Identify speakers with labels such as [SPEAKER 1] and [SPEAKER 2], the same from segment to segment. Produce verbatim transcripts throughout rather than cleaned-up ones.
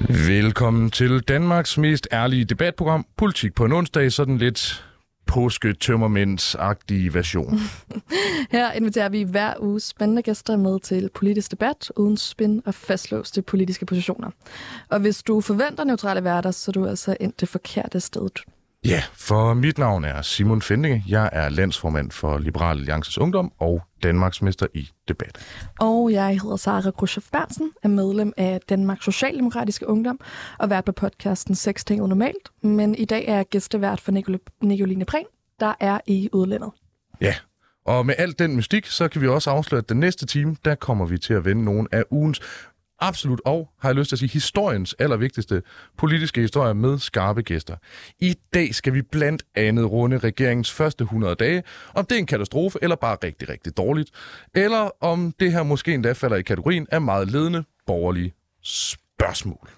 [SPEAKER 1] Velkommen til Danmarks mest ærlige debatprogram, Politik på en onsdag, sådan lidt påske-tømmermænds-agtige version.
[SPEAKER 2] Her inviterer vi hver uge spændende gæster med til politisk debat, uden spin og fastlåste politiske positioner. Og hvis du forventer neutrale værter, så er du altså ind det forkerte sted.
[SPEAKER 1] Ja, for mit navn er Simon Fendinge. Jeg er landsformand for Liberal Alliances Ungdom og Danmarksmester i debat.
[SPEAKER 2] Og jeg hedder Sara Grushoff-Bernsen, er medlem af Danmarks Socialdemokratiske Ungdom og vært på podcasten Sex Tinget Normalt. Men i dag er jeg gæstevært for Nicol- Nicoline Prehn, der er i udlandet.
[SPEAKER 1] Ja, og med alt den mystik, så kan vi også afsløre, at den næste time, der kommer vi til at vende nogle af ugens absolut og, har jeg lyst til at sige, historiens allervigtigste politiske historier med skarpe gæster. I dag skal vi blandt andet runde regeringens første hundrede dage, om det er en katastrofe eller bare rigtig, rigtig dårligt, eller om det her måske endda falder i kategorien af meget ledende borgerlige spørgsmål.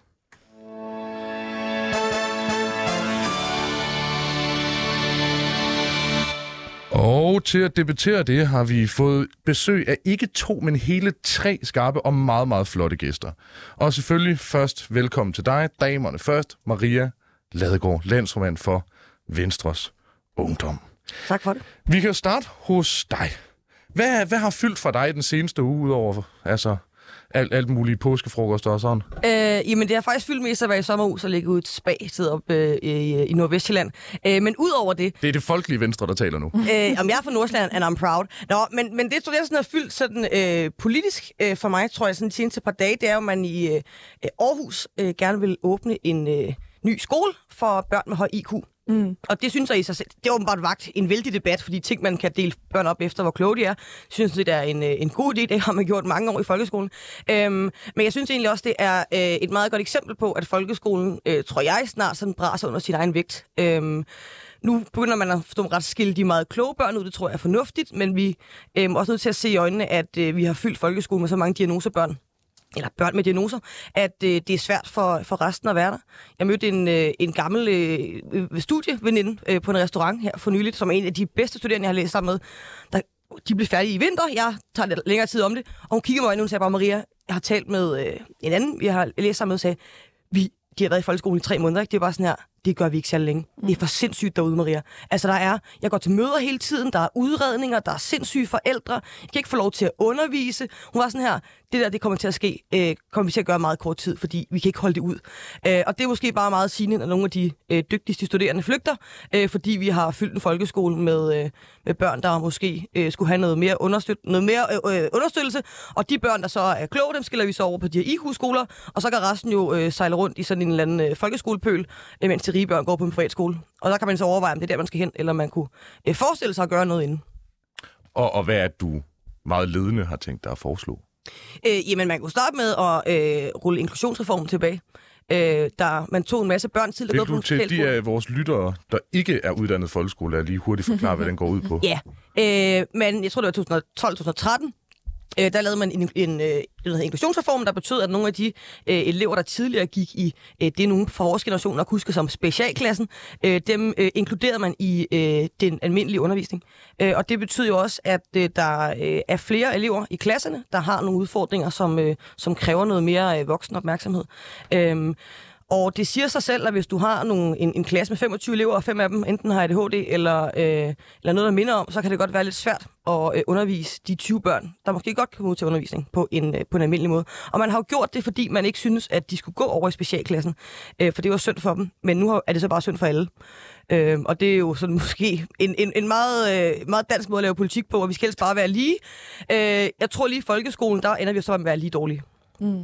[SPEAKER 1] Og til at debattere det har vi fået besøg af ikke to, men hele tre skarpe og meget, meget flotte gæster. Og selvfølgelig først velkommen til dig, damerne først, Maria Ladegaard, landsformand for Venstres Ungdom.
[SPEAKER 3] Tak for det.
[SPEAKER 1] Vi kan jo starte hos dig. Hvad, hvad har fyldt for dig den seneste uge, udover altså, alt, alt mulige påskefrokoster og sådan?
[SPEAKER 3] Øh, jamen, det har faktisk fyldt mest at være i sommerhus og ligge ude til spa, sidde op øh, i, i Nordvestjylland. Øh, men udover det...
[SPEAKER 1] Det er det folkelige Venstre, der taler nu.
[SPEAKER 3] Øh, om jeg er fra Nordsjælland, and I'm proud. Nå, men, men det, det er sådan har fyldt sådan, øh, politisk øh, for mig, tror jeg, sådan de seneste par dage, det er jo, at man i øh, Aarhus øh, gerne vil åbne en øh, ny skole for børn med høj I Q. Mm. Og det synes jeg i sig selv, det er åbenbart vagt en vældig debat, fordi ting, man kan dele børn op efter, hvor kloge de er, synes det er en, en god idé. Det har man gjort mange år i folkeskolen. Øhm, men jeg synes egentlig også, det er øh, et meget godt eksempel på, at folkeskolen, øh, tror jeg, snart sådan braser under sin egen vægt. Øhm, nu begynder man at forstå ret skille de meget kloge børn ud, det tror jeg er fornuftigt, men vi er øh, også nødt til at se i øjnene, at øh, vi har fyldt folkeskolen med så mange diagnosebørn, eller børn med diagnoser, at øh, det er svært for, for resten at være der. Jeg mødte en, øh, en gammel øh, studieveninde øh, på en restaurant her for nyligt, som er en af de bedste studerende, jeg har læst sammen med. Der, de blev færdige i vinter, jeg tager lidt længere tid om det, og hun kiggede mig ind og sagde bare, Maria, jeg har talt med øh, en anden, jeg har læst sammen med, og sagde, vi, de har været i folkeskolen i tre måneder, ikke? Det er bare sådan her, det gør vi ikke særlig længe. Det er for sindssygt derude, Maria. Altså, der er, jeg går til møder hele tiden, der er udredninger, der er sindssyge forældre, jeg kan ikke få lov til at undervise. Hun var sådan her, det der, det kommer til at ske, øh, kommer vi til at gøre meget kort tid, fordi vi kan ikke holde det ud. Øh, og det er måske bare meget sigende, når nogle af de øh, dygtigste studerende flygter, øh, fordi vi har fyldt en folkeskole med, øh, med børn, der måske øh, skulle have noget mere, understøt, noget mere øh, øh, understøttelse, og de børn, der så er kloge, dem skiller vi så over på de her I Q-skoler, og så kan resten jo øh, sejle rundt i sådan en eller anden øh, folkeskolepøl, øh, mens de rige børn går på en privatskole. Og der kan man så overveje, om det er der, man skal hen, eller man kunne øh, forestille sig at gøre noget inden.
[SPEAKER 1] Og, og hvad er du meget ledende har tænkt dig at foreslå?
[SPEAKER 3] Øh, jamen, man kunne starte med at øh, rulle inklusionsreformen tilbage. Øh, der man tog en masse børn tidligere.
[SPEAKER 1] Vil du til de af vores lyttere, der ikke er uddannet folkeskole, lige hurtigt forklare, hvad den går ud på?
[SPEAKER 3] Ja, øh, men jeg tror, det var to tusind og tolv til to tusind og tretten. Øh, der lavede man en, en, en, en inklusionsreform, der betød, at nogle af de øh, elever, der tidligere gik i øh, det, er nogle fra vores generation, der husker som specialklassen, øh, dem øh, inkluderede man i øh, den almindelige undervisning. Øh, og det betyder jo også, at øh, der øh, er flere elever i klasserne, der har nogle udfordringer, som, øh, som kræver noget mere øh, voksen opmærksomhed. Øh, Og det siger sig selv, at hvis du har nogle, en, en klasse med femogtyve elever, og fem af dem enten har A D H D eller, øh, eller noget, der minder om, så kan det godt være lidt svært at øh, undervise de tyve børn, der måske godt kan komme ud til undervisning på en, øh, på en almindelig måde. Og man har jo gjort det, fordi man ikke synes, at de skulle gå over i specialklassen, øh, for det var synd for dem. Men nu er det så bare synd for alle. Øh, og det er jo sådan måske en, en, en meget, øh, meget dansk måde at lave politik på, og vi skal helst bare være lige. Øh, jeg tror lige i folkeskolen, der ender vi så med at være lige dårlige.
[SPEAKER 2] Mm.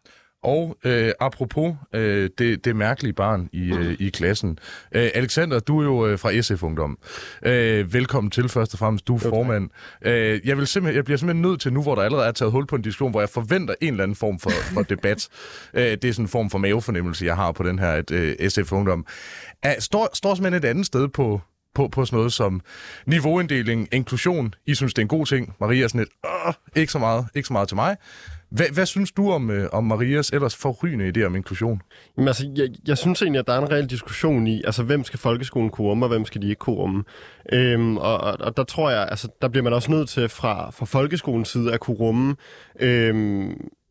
[SPEAKER 1] Og øh, apropos øh, det, det mærkelige barn i, øh, i klassen. Øh, Alexander, du er jo øh, fra S F-ungdom. Øh, velkommen til først og fremmest. Du er formand. Øh, jeg, vil simpelthen, jeg bliver simpelthen nødt til nu, hvor der allerede er taget hul på en diskussion, hvor jeg forventer en eller anden form for, for debat. øh, det er sådan en form for mavefornemmelse, jeg har på den her at, øh, S F-ungdom. Er, står, står simpelthen et andet sted på, på, på sådan noget som niveauinddeling, inklusion. I synes, det er en god ting. Maria er sådan lidt, Åh, ikke så meget, ikke så meget til mig. Hvad, hvad synes du om, øh, om Marias ellers forrygende idé om inklusion?
[SPEAKER 4] Jamen, altså, jeg, jeg synes egentlig, at der er en reel diskussion i, altså, hvem skal folkeskolen kunne rumme, og hvem skal de ikke kunne rumme? Øhm, og, og, og der tror jeg, altså, der bliver man også nødt til fra, fra folkeskolens side at kunne rumme øhm,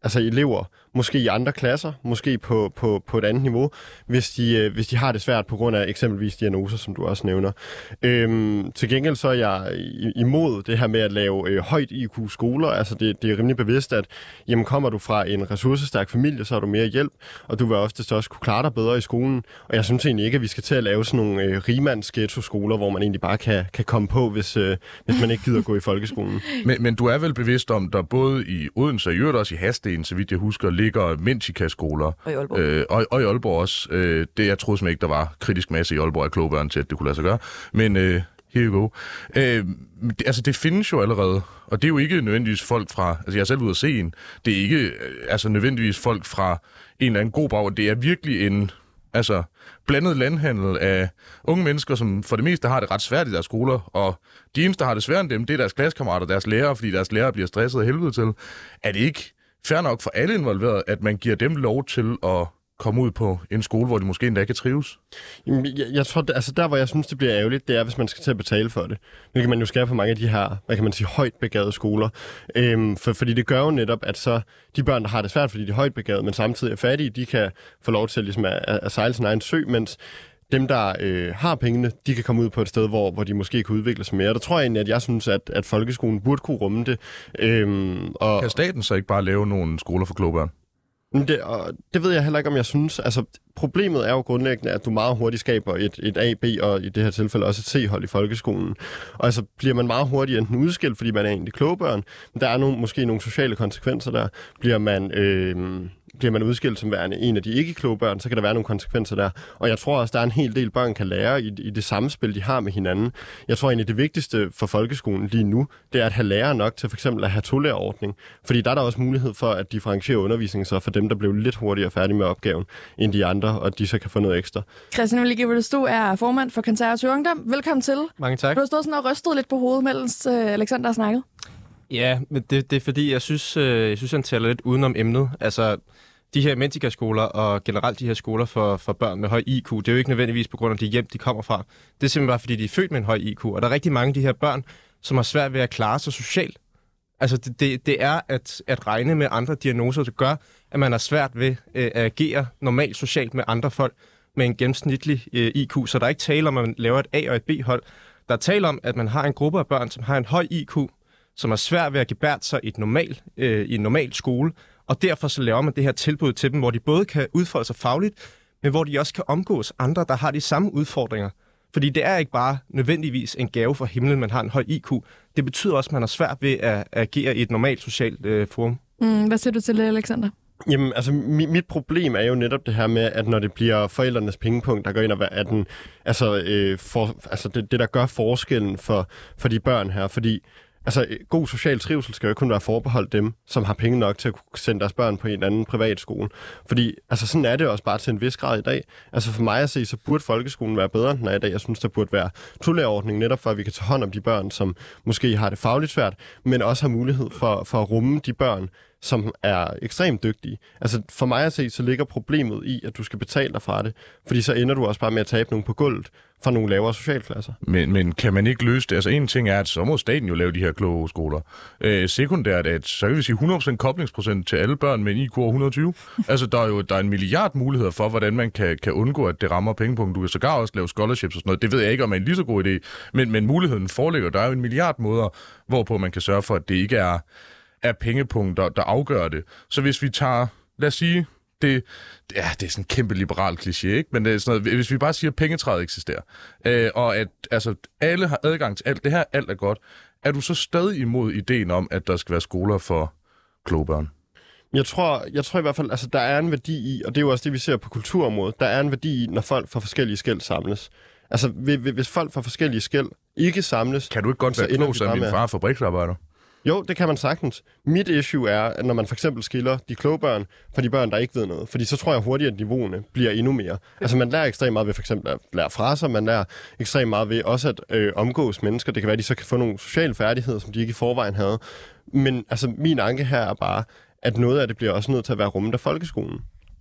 [SPEAKER 4] altså elever, måske i andre klasser, måske på, på, på et andet niveau, hvis de, øh, hvis de har det svært på grund af eksempelvis diagnoser, som du også nævner. Øhm, til gengæld så er jeg imod det her med at lave øh, højt I Q-skoler. Altså det, det er rimelig bevidst, at jamen, kommer du fra en ressourcestærk familie, så har du mere hjælp, og du vil oftest også kunne klare dig bedre i skolen. Og jeg synes egentlig ikke, at vi skal til at lave sådan nogle øh, rigmands-ghetto-skoler, hvor man egentlig bare kan, kan komme på, hvis, øh, hvis man ikke gider gå i folkeskolen.
[SPEAKER 1] Men, men du er vel bevidst om, der både i Odense og i øvrigt også i Hadsten, så vidt jeg husker, ligger Menchika-skoler.
[SPEAKER 3] Og i Aalborg.
[SPEAKER 1] Øh, og, og i Aalborg også. Øh, det, jeg troede simpelthen ikke, der var kritisk masse i Aalborg af kloge børn til, at det kunne lade sig gøre. Men øh, here you go. Øh, det, altså, det findes jo allerede. Og det er jo ikke nødvendigvis folk fra... Altså, jeg er selv ude at se en. Det er ikke øh, altså, nødvendigvis folk fra en eller anden god baggrund. Det er virkelig en... Altså, blandet landhandel af unge mennesker, som for det meste har det ret svært i deres skoler, og de eneste, der har det svært end dem, det er deres klassekammerater, deres lærere, fordi deres lærere bliver stresset af helvede til. Er det ikke fair nok for alle involverede, at man giver dem lov til at komme ud på en skole, hvor de måske endda kan trives?
[SPEAKER 4] Jeg, jeg tror, altså der, hvor jeg synes, det bliver ærgerligt, det er, hvis man skal til at betale for det. Hvilket man jo skal på mange af de her, hvad kan man sige, højt begavede skoler. Øhm, for, fordi det gør jo netop, at så de børn, der har det svært, fordi de er højt begavede, men samtidig er fattige, de kan få lov til ligesom, at, at sejle sin egen sø, mens dem, der øh, har pengene, de kan komme ud på et sted, hvor, hvor de måske kan udvikle sig mere. Der tror jeg egentlig, at jeg synes, at, at folkeskolen burde kunne rumme det. Øhm, og
[SPEAKER 1] kan staten så ikke bare lave nogle skoler for kloge børn?
[SPEAKER 4] Det, og det ved jeg heller ikke, om jeg synes. Altså, problemet er jo grundlæggende, at du meget hurtigt skaber et, et A, B og i det her tilfælde også et C-hold i folkeskolen. Og altså bliver man meget hurtigt enten udskilt, fordi man er egentlig kloge børn, men der er nogle, måske nogle sociale konsekvenser der. Bliver man... Øh, bliver man udskilt som værende en af de ikke-kloge børn, så kan der være nogle konsekvenser der. Og jeg tror også, der er en hel del børn, kan lære i, i det samspil, de har med hinanden. Jeg tror egentlig, det vigtigste for folkeskolen lige nu, det er at have lærere nok til for eksempel at have tolærerordning. Fordi der er der også mulighed for at differentiere undervisningen så for dem, der blev lidt hurtigere færdige med opgaven, end de andre, og de så kan få noget ekstra.
[SPEAKER 2] Christian Willigeveldes, du er formand for Konservativ Ungdom. Velkommen til.
[SPEAKER 5] Mange tak.
[SPEAKER 2] Du har stået sådan og rystet lidt på hovedet, mens uh, Alexander har snakket.
[SPEAKER 5] Ja, men det, det er fordi, jeg synes, øh, jeg synes, han taler lidt udenom emnet. Altså, de her Menchika-skoler og generelt de her skoler for, for børn med høj I Q, det er jo ikke nødvendigvis på grund af de hjem, de kommer fra. Det er simpelthen bare, fordi de er født med en høj I Q. Og der er rigtig mange af de her børn, som har svært ved at klare sig socialt. Altså, det, det, det er at, at regne med andre diagnoser, der gør, at man har svært ved øh, at agere normalt socialt med andre folk med en gennemsnitlig øh, I Q. Så der er ikke tale om, at man laver et A- og et B-hold. Der er tale om, at man har en gruppe af børn, som har en høj I Q, som har svært ved at gebære sig i, et normal, øh, i en normal skole, og derfor så laver man det her tilbud til dem, hvor de både kan udfolde sig fagligt, men hvor de også kan omgås andre, der har de samme udfordringer. Fordi det er ikke bare nødvendigvis en gave fra himlen, man har en høj I Q. Det betyder også, at man har svært ved at agere i et normalt socialt øh, forum.
[SPEAKER 2] Mm, hvad siger du til det, Alexander?
[SPEAKER 4] Jamen, altså, mi- mit problem er jo netop det her med, at når det bliver forældrenes pengepunkt, der går ind og er den, altså, øh, for, altså det, det, der gør forskellen for, for de børn her, fordi altså, god social trivsel skal jo ikke kun være forbeholdt dem, som har penge nok til at kunne sende deres børn på en anden privatskole. Fordi, altså, sådan er det også bare til en vis grad i dag. Altså, for mig at se, så burde folkeskolen være bedre, end den er i dag. Jeg synes, der burde være tolærerordning netop for, at vi kan tage hånd om de børn, som måske har det fagligt svært, men også har mulighed for, for at rumme de børn, som er ekstremt dygtige. Altså, for mig at se, så ligger problemet i, at du skal betale dig fra det. Fordi så ender du også bare med at tabe nogen på gulvet fra nogle lavere socialklasser.
[SPEAKER 1] Men, men kan man ikke løse det? Altså, en ting er, at så må staten jo lave de her kloge skoler. Øh, sekundært, at så kan vi sige hundrede procent koblingsprocent til alle børn med en I Q over et hundrede og tyve. Altså, der er jo der er en milliard muligheder for, hvordan man kan, kan undgå, at det rammer pengepunkten. Du kan sågar også lave scholarships og sådan noget. Det ved jeg ikke, om er en lige så god idé. Men, men muligheden foreligger. Der er jo en milliard måder, hvorpå man kan sørge for, at det ikke er er pengepunkter, der afgør det. Så hvis vi tager, lad os sige, det, ja, det er sådan en kæmpe liberal kliché, ikke? Men det er sådan noget, hvis vi bare siger, at pengetræet eksisterer, øh, og at altså, alle har adgang til alt, det her, alt er godt, er du så stadig imod ideen om, at der skal være skoler for kloge børn?
[SPEAKER 4] Jeg tror, jeg tror i hvert fald, altså der er en værdi i, og det er jo også det, vi ser på kulturområdet, der er en værdi i, når folk fra forskellige skel samles. Altså, hvis folk fra forskellige skel ikke samles...
[SPEAKER 1] Kan du ikke godt være klog, som min far fabriksarbejder?
[SPEAKER 4] Jo, det kan man sagtens. Mit issue er, at når man for eksempel skiller de kloge børn fra de børn, der ikke ved noget. Fordi så tror jeg hurtigt, at niveauerne bliver endnu mere. Altså man lærer ekstremt meget ved for eksempel at lære fraser, man lærer ekstremt meget ved også at øh, omgås mennesker. Det kan være, at de så kan få nogle sociale færdigheder, som de ikke i forvejen havde. Men altså min anke her er bare, at noget af det bliver også nødt til at være rummet af folkeskolen.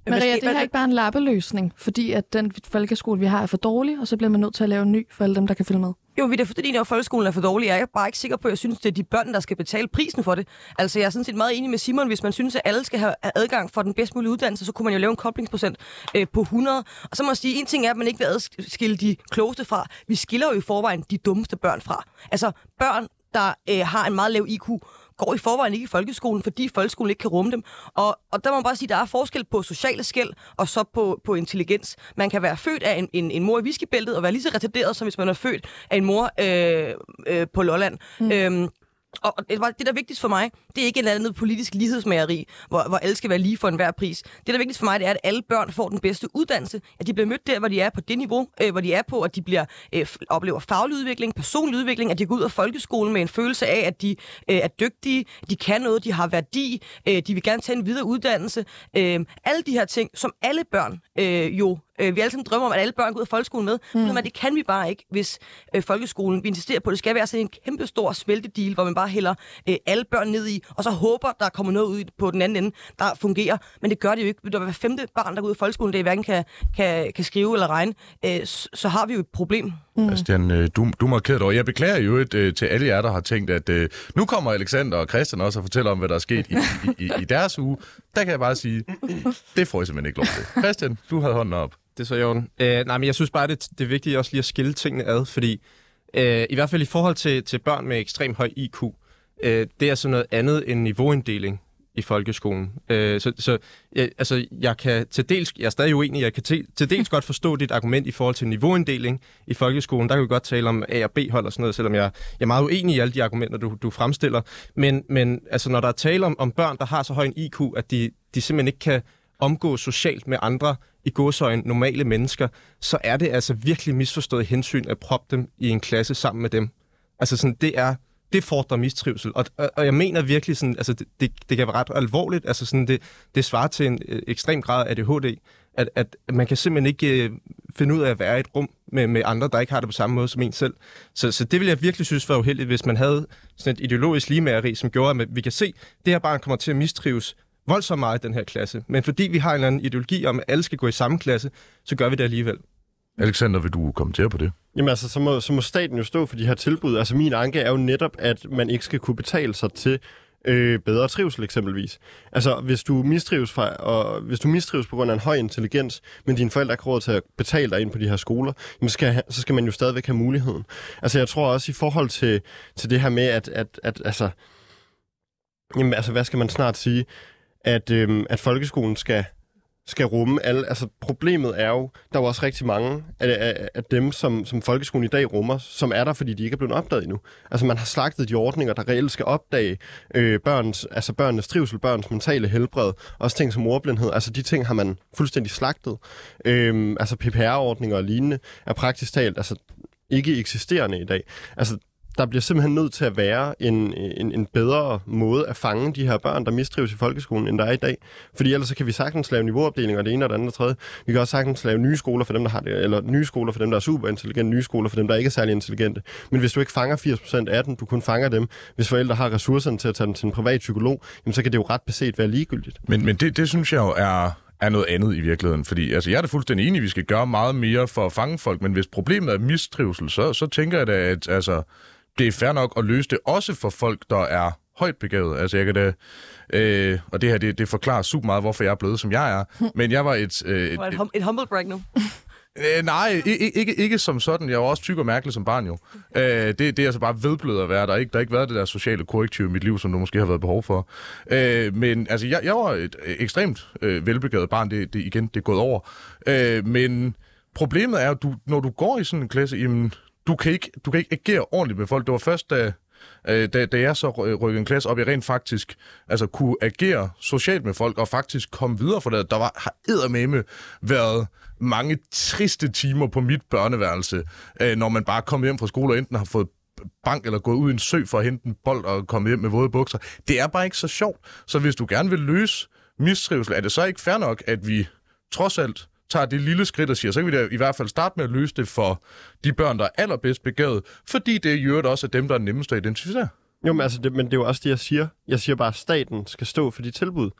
[SPEAKER 2] Maria, det her er ikke bare en lappeløsning, fordi at den folkeskole, vi har, er for dårlig, og så bliver man nødt til at lave en ny for alle dem, der kan følge med.
[SPEAKER 3] Jo, vi er fordi, at folkeskolen er for dårlig. Jeg er bare ikke sikker på, at jeg synes, det er de børn, der skal betale prisen for det. Altså, jeg er sådan set meget enig med Simon. Hvis man synes, at alle skal have adgang for den bedst mulige uddannelse, så kunne man jo lave en koblingsprocent øh, på hundrede. Og så må jeg sige, en ting er, at man ikke vil adskille de klogeste fra. Vi skiller jo i forvejen de dummeste børn fra. Altså, børn, der øh, har en meget lav I Q, går i forvejen ikke i folkeskolen, fordi folkeskolen ikke kan rumme dem. Og, og der må man bare sige, at der er forskel på sociale skel og så på, på intelligens. Man kan være født af en, en, en mor i whiskybæltet og være lige så retarderet, som hvis man er født af en mor øh, øh, på Lolland. Mm. Øhm, Og det, der er vigtigst for mig, det er ikke et eller andet politisk lighedsmageri, hvor, hvor alle skal være lige for enhver pris. Det, der er vigtigst for mig, det er, at alle børn får den bedste uddannelse, at de bliver mødt der, hvor de er på det niveau, øh, hvor de er på, at de bliver øh, oplever faglig udvikling, personlig udvikling, at de går ud af folkeskolen med en følelse af, at de øh, er dygtige, de kan noget, de har værdi, øh, de vil gerne tage en videre uddannelse. Øh, alle de her ting, som alle børn øh, jo Øh, vi alle sammen drømmer om, at alle børn går ud af folkeskolen med. Mm. Men det kan vi bare ikke, hvis øh, folkeskolen, vi insisterer på, det skal være sådan en kæmpe stor smeltedeal, hvor man bare hælder øh, alle børn ned i, og så håber, der kommer noget ud på den anden ende, der fungerer. Men det gør det jo ikke. Der er hver femte barn, der går ud af folkeskolen, det hverken kan, kan, kan skrive eller regne. Øh, så, så har vi jo et problem.
[SPEAKER 1] Mm. Bastian, du, du markerede over. Jeg beklager jo et, øh, til alle jer, der har tænkt, at øh, nu kommer Alexander og Christian også og fortæller om, hvad der er sket i, i, i, i deres uge. Der kan jeg bare sige, det får I simpelthen ikke lov til. Christian, du havde hånden op.
[SPEAKER 5] Det er så i orden. Øh, nej, men jeg synes bare, det, det er vigtigt også lige at skille tingene ad, fordi øh, i hvert fald i forhold til, til børn med ekstremt høj I Q, øh, det er sådan noget andet end niveauinddeling i folkeskolen. Øh, så så jeg, altså, jeg kan til dels, jeg er stadig uenig, jeg kan til, til dels godt forstå dit argument i forhold til niveauinddeling i folkeskolen. Der kan vi godt tale om A- og B-hold og sådan noget, selvom jeg, jeg er meget uenig i alle de argumenter, du, du fremstiller. Men, men altså, når der er tale om, om børn, der har så høj en I Q, at de, de simpelthen ikke kan omgås socialt med andre i gåseøjne normale mennesker, så er det altså virkelig misforstået hensyn at proppe dem i en klasse sammen med dem. Altså sådan, det er det fordrer mistrivsel, og, og, og jeg mener virkelig sådan, altså det, det, det kan være ret alvorligt, altså sådan det, det svarer til en øh, ekstrem grad af A D H D, at, at man kan simpelthen ikke øh, finde ud af at være i et rum med, med andre, der ikke har det på samme måde som en selv. Så, så det vil jeg virkelig synes var uheldigt, hvis man havde sådan et ideologisk ligemageri, som gjorde, at vi kan se, at det her barn kommer til at mistrives voldsomt meget i den her klasse. Men fordi vi har en eller anden ideologi om, at alle skal gå i samme klasse, så gør vi det alligevel.
[SPEAKER 1] Alexander, vil du kommentere på det?
[SPEAKER 4] Jamen altså, så må, så må staten jo stå for de her tilbud. Altså min anke er jo netop, at man ikke skal kunne betale sig til øh, bedre trivsel eksempelvis. Altså hvis du mistrives fra, og hvis du mistrives på grund af en høj intelligens, men dine forældre ikke har råd til at betale dig ind på de her skoler, jamen skal, så skal man jo stadigvæk have muligheden. Altså jeg tror også i forhold til, til det her med, at, at, at altså, jamen altså, hvad skal man snart sige? At, øhm, at folkeskolen skal, skal rumme alle. Altså problemet er jo, der er jo også rigtig mange af, af, af dem, som, som folkeskolen i dag rummer, som er der, fordi de ikke er blevet opdaget endnu. Altså man har slagtet de ordninger, der reelt skal opdage øh, børns, altså børnenes trivsel, børns mentale helbred, også ting som ordblindhed. Altså de ting har man fuldstændig slagtet. Øhm, altså P P R-ordninger og lignende er praktisk talt altså ikke eksisterende i dag. Altså der bliver simpelthen nødt til at være en, en, en bedre måde at fange de her børn, der mistrives i folkeskolen, end der er i dag. Fordi ellers så kan vi sagtens lave niveauopdelinger, det ene og det andet og tredje. Vi kan også sagtens lave nye skoler for dem, der har det, eller nye skoler for dem, der er super intelligente, nye skoler for dem, der ikke er særlig intelligente. Men hvis du ikke fanger firs procent af dem, du kun fanger dem, hvis forældre har ressourcerne til at tage dem til en privat psykolog, jamen så kan det jo ret beset være ligegyldigt.
[SPEAKER 1] Men, men det, det synes jeg jo er... er noget andet i virkeligheden. Fordi altså, jeg er da fuldstændig enig, at vi skal gøre meget mere for at fange folk, men hvis problemet er mistrivsel, så, så tænker jeg da, at altså, det er fair nok at løse det også for folk, der er højt begavet. Altså, jeg kan da... Øh, og det her, det, det forklarer super meget, hvorfor jeg er blevet, som jeg er. Men jeg var et... Øh,
[SPEAKER 3] et, et, et humble brag nu.
[SPEAKER 1] Øh, nej, ikke, ikke, ikke som sådan. Jeg var også tyk og mærkelig som barn jo. Øh, det, det er altså bare vedblevet at være. Der er ikke, der har ikke været det der sociale korrektiv i mit liv, som du måske har været behov for. Øh, men altså, jeg, jeg var et ekstremt øh, velbegavet barn. Det, det, igen, det er gået over. Øh, men problemet er, at du, når du går i sådan en klasse, jamen, du kan ikke, du kan ikke agere ordentligt med folk. Det var først, da... Da, da jeg så rykkede en klasse op, jeg rent faktisk altså, kunne agere socialt med folk og faktisk komme videre for det. Der var, har eddermame været mange triste timer på mit børneværelse, øh, når man bare kom hjem fra skole og enten har fået bank eller gået ud i en sø for at hente en bold og komme hjem med våde bukser. Det er bare ikke så sjovt. Så hvis du gerne vil løse mistrivsel, er det så ikke fair nok, at vi trods alt tager det lille skridt og siger, så kan vi da i hvert fald starte med at løse det for de børn, der er allerbedst begavet, fordi det i øvrigt også er dem, der er nemmest at identificere.
[SPEAKER 4] Jo, men, altså det, men det er jo også det, jeg siger. Jeg siger bare, at staten skal stå for de tilbud.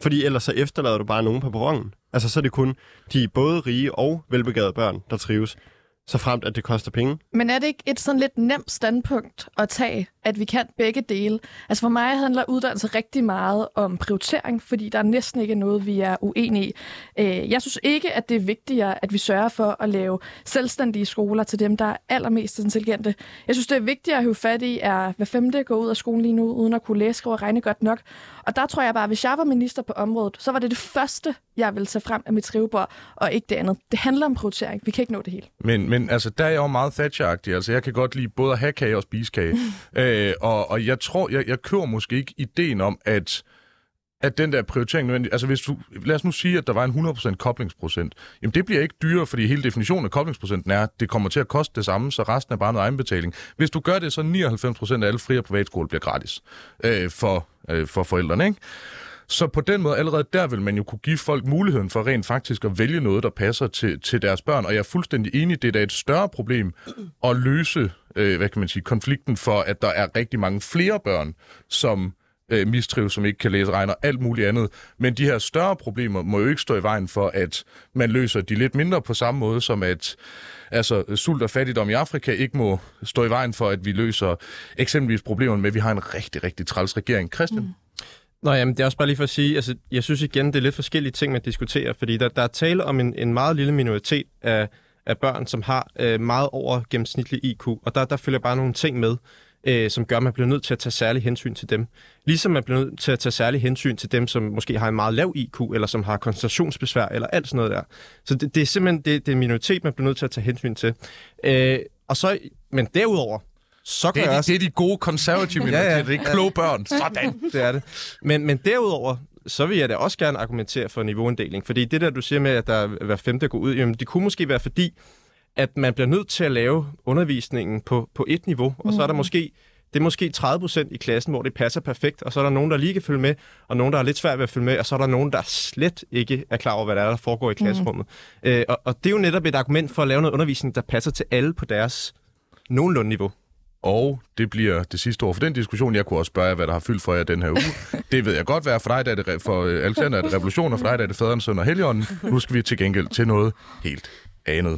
[SPEAKER 4] Fordi ellers så efterlader du bare nogen på perronen. Altså så er det kun de både rige og velbegavede børn, der trives. Så fremt, at det koster penge.
[SPEAKER 2] Men er det ikke et sådan lidt nemt standpunkt at tage, at vi kan begge dele? Altså for mig handler uddannelse rigtig meget om prioritering, fordi der er næsten ikke noget, vi er uenige i. Jeg synes ikke, at det er vigtigere, at vi sørger for at lave selvstændige skoler til dem, der er allermest intelligente. Jeg synes, det er vigtigere at hive fat i, at hver femte går ud af skolen lige nu, uden at kunne læse, skrive og regne godt nok. Og der tror jeg bare, at hvis jeg var minister på området, så var det det første, jeg ville tage frem af mit skrivebord, og ikke det andet. Det handler om prioritering. Vi kan ikke nå det hele.
[SPEAKER 1] Men, men altså, der er jeg jo meget Thatcher-agtig. Altså, jeg kan godt lide både at have kage og spise kage. øh, og, og jeg tror, jeg, jeg kører måske ikke ideen om, at, at den der prioritering nødvendig... Altså, hvis du, lad os nu sige, at der var en hundrede procent koblingsprocent. Jamen, det bliver ikke dyrere, fordi hele definitionen af koblingsprocenten er, at det kommer til at koste det samme, så resten er bare noget egenbetaling. Hvis du gør det, så nioghalvfems procent af alle fri- og privatskoler bliver gratis øh, for, øh, for forældrene, ikke? Så på den måde, allerede der vil man jo kunne give folk muligheden for rent faktisk at vælge noget, der passer til, til deres børn. Og jeg er fuldstændig enig, det er da et større problem at løse, øh, hvad kan man sige, konflikten for, at der er rigtig mange flere børn, som øh, mistrives, som ikke kan læse, regne og alt muligt andet. Men de her større problemer må jo ikke stå i vejen for, at man løser de lidt mindre på samme måde, som at altså, sult og fattigdom i Afrika ikke må stå i vejen for, at vi løser eksempelvis problemerne med, at vi har en rigtig, rigtig træls regering. Christian? Mm.
[SPEAKER 5] Nå, jamen, det er også bare lige for at sige, altså, jeg synes igen, det er lidt forskellige ting, man diskuterer, fordi der, der er tale om en, en meget lille minoritet af, af børn, som har øh, meget over gennemsnitlig I Q, og der, der følger bare nogle ting med, øh, som gør, at man bliver nødt til at tage særlig hensyn til dem. Ligesom man bliver nødt til at tage særlig hensyn til dem, som måske har en meget lav I Q, eller som har koncentrationsbesvær, eller alt sådan noget der. Så det, det er simpelthen det, det er en minoritet, man bliver nødt til at tage hensyn til. Øh, og så, men derudover, Så
[SPEAKER 1] det, er de, også... det er de gode konservative minoriteter, ja, ja. Det er kloge børn. Sådan.
[SPEAKER 5] Det er det. Men, men derudover, så vil jeg da også gerne argumentere for niveauinddeling. Fordi det der, du siger med, at der hver femte går ud, jamen, det kunne måske være fordi, at man bliver nødt til at lave undervisningen på, på et niveau, og så er der måske, det er måske tredive procent i klassen, hvor det passer perfekt, og så er der nogen, der lige kan følge med, og nogen, der er lidt svært ved at følge med, og så er der nogen, der slet ikke er klar over, hvad der er, der foregår i klasserummet. Mm. Øh, og, og det er jo netop et argument for at lave noget undervisning, der passer til alle på deres nogenlunde niveau.
[SPEAKER 1] Og det bliver det sidste ord for den diskussion. Jeg kunne også spørge jer, hvad der har fyldt for jer den her uge. Det ved jeg godt være. For dig der er det, re- for Alexander er det revolution, og for dig der er det faderen, søn og helligånden. Nu skal vi til gengæld til noget helt andet.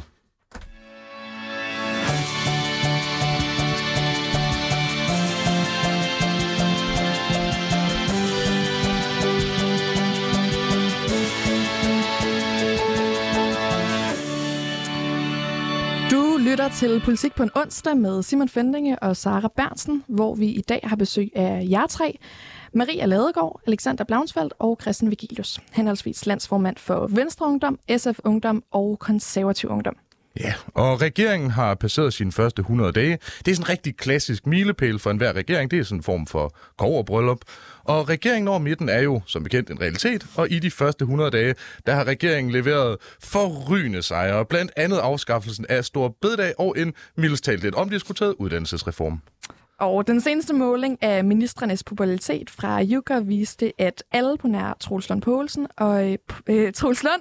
[SPEAKER 2] Lytter til Politik på en onsdag med Simon Fendinge og Sara Berntsen, hvor vi i dag har besøg af jer tre, Maria Ladegaard, Alexander Blaunsfeldt og Christian Vigilius, henholdsvis landsformand for Venstre Ungdom, S F Ungdom og Konservativ Ungdom.
[SPEAKER 1] Ja, og regeringen har passeret sine første hundrede dage. Det er sådan en rigtig klassisk milepæl for enhver regering. Det er sådan en form for kobberbryllup. Og regeringen over midten er jo, som bekendt, en realitet. Og i de første hundrede dage, der har regeringen leveret forrygende sejre. Blandt andet afskaffelsen af Store Bededag og en mildest talt lidt omdiskuteret uddannelsesreform.
[SPEAKER 2] Og den seneste måling af ministrenes popularitet fra YouGov viste, at alle på nær Troels Lund Poulsen og øh, Troels Lund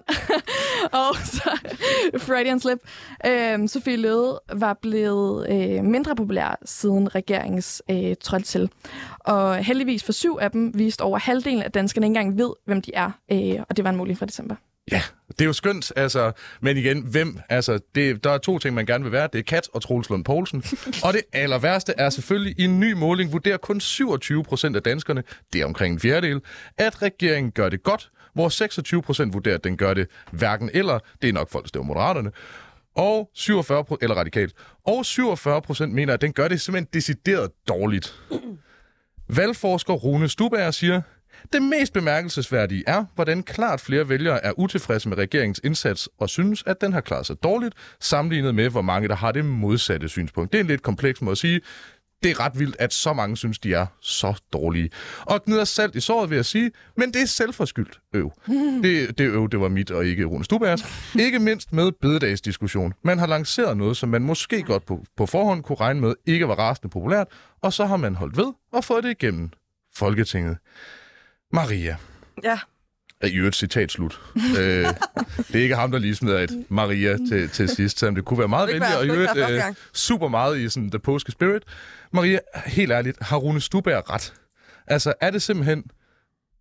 [SPEAKER 2] og så Freudian slip, øh, Sofie Løhde var blevet øh, mindre populær siden regeringens øh, trådte til. Og heldigvis for syv af dem viste over halvdelen af danskerne ikke engang ved, hvem de er, øh, og det var en måling fra december.
[SPEAKER 1] Ja, det er jo skønt, altså, men igen, hvem, altså, det, der er to ting, man gerne vil være, det er Kat og Troels Lund Poulsen, og det aller værste er selvfølgelig, i en ny måling vurderer kun syvogtyve procent af danskerne, det er omkring en fjerdedel, at regeringen gør det godt, hvor seksogtyve procent vurderer, at den gør det hverken eller, det er nok folk, der stemmer Moderaterne, og syvogfyrre procent, eller radikalt, og syvogfyrre procent mener, at den gør det simpelthen decideret dårligt. Valgforsker Rune Stubager siger, det mest bemærkelsesværdige er, hvordan klart flere vælgere er utilfredse med regeringens indsats og synes, at den har klaret sig dårligt, sammenlignet med, hvor mange der har det modsatte synspunkt. Det er en lidt kompleks måde at sige. Det er ret vildt, at så mange synes, de er så dårlige. Og gnider salt i såret, vil jeg sige, men det er selvforskyldt øv. Det, det øv, det var mit og ikke Rune Stubagers. Ikke mindst med bededagsdiskussion. Man har lanceret noget, som man måske godt på, på forhånd kunne regne med ikke var rasende populært, og så har man holdt ved og fået det igennem Folketinget. Maria.
[SPEAKER 3] Ja.
[SPEAKER 1] I øvrigt citat slut. øh, det er ikke ham, der lige smider et Maria til, til sidst, selvom det kunne være meget venligt, og i øvrigt øh, super meget i sådan the påske spirit. Maria, helt ærligt, har Rune Stubager ret? Altså, er det simpelthen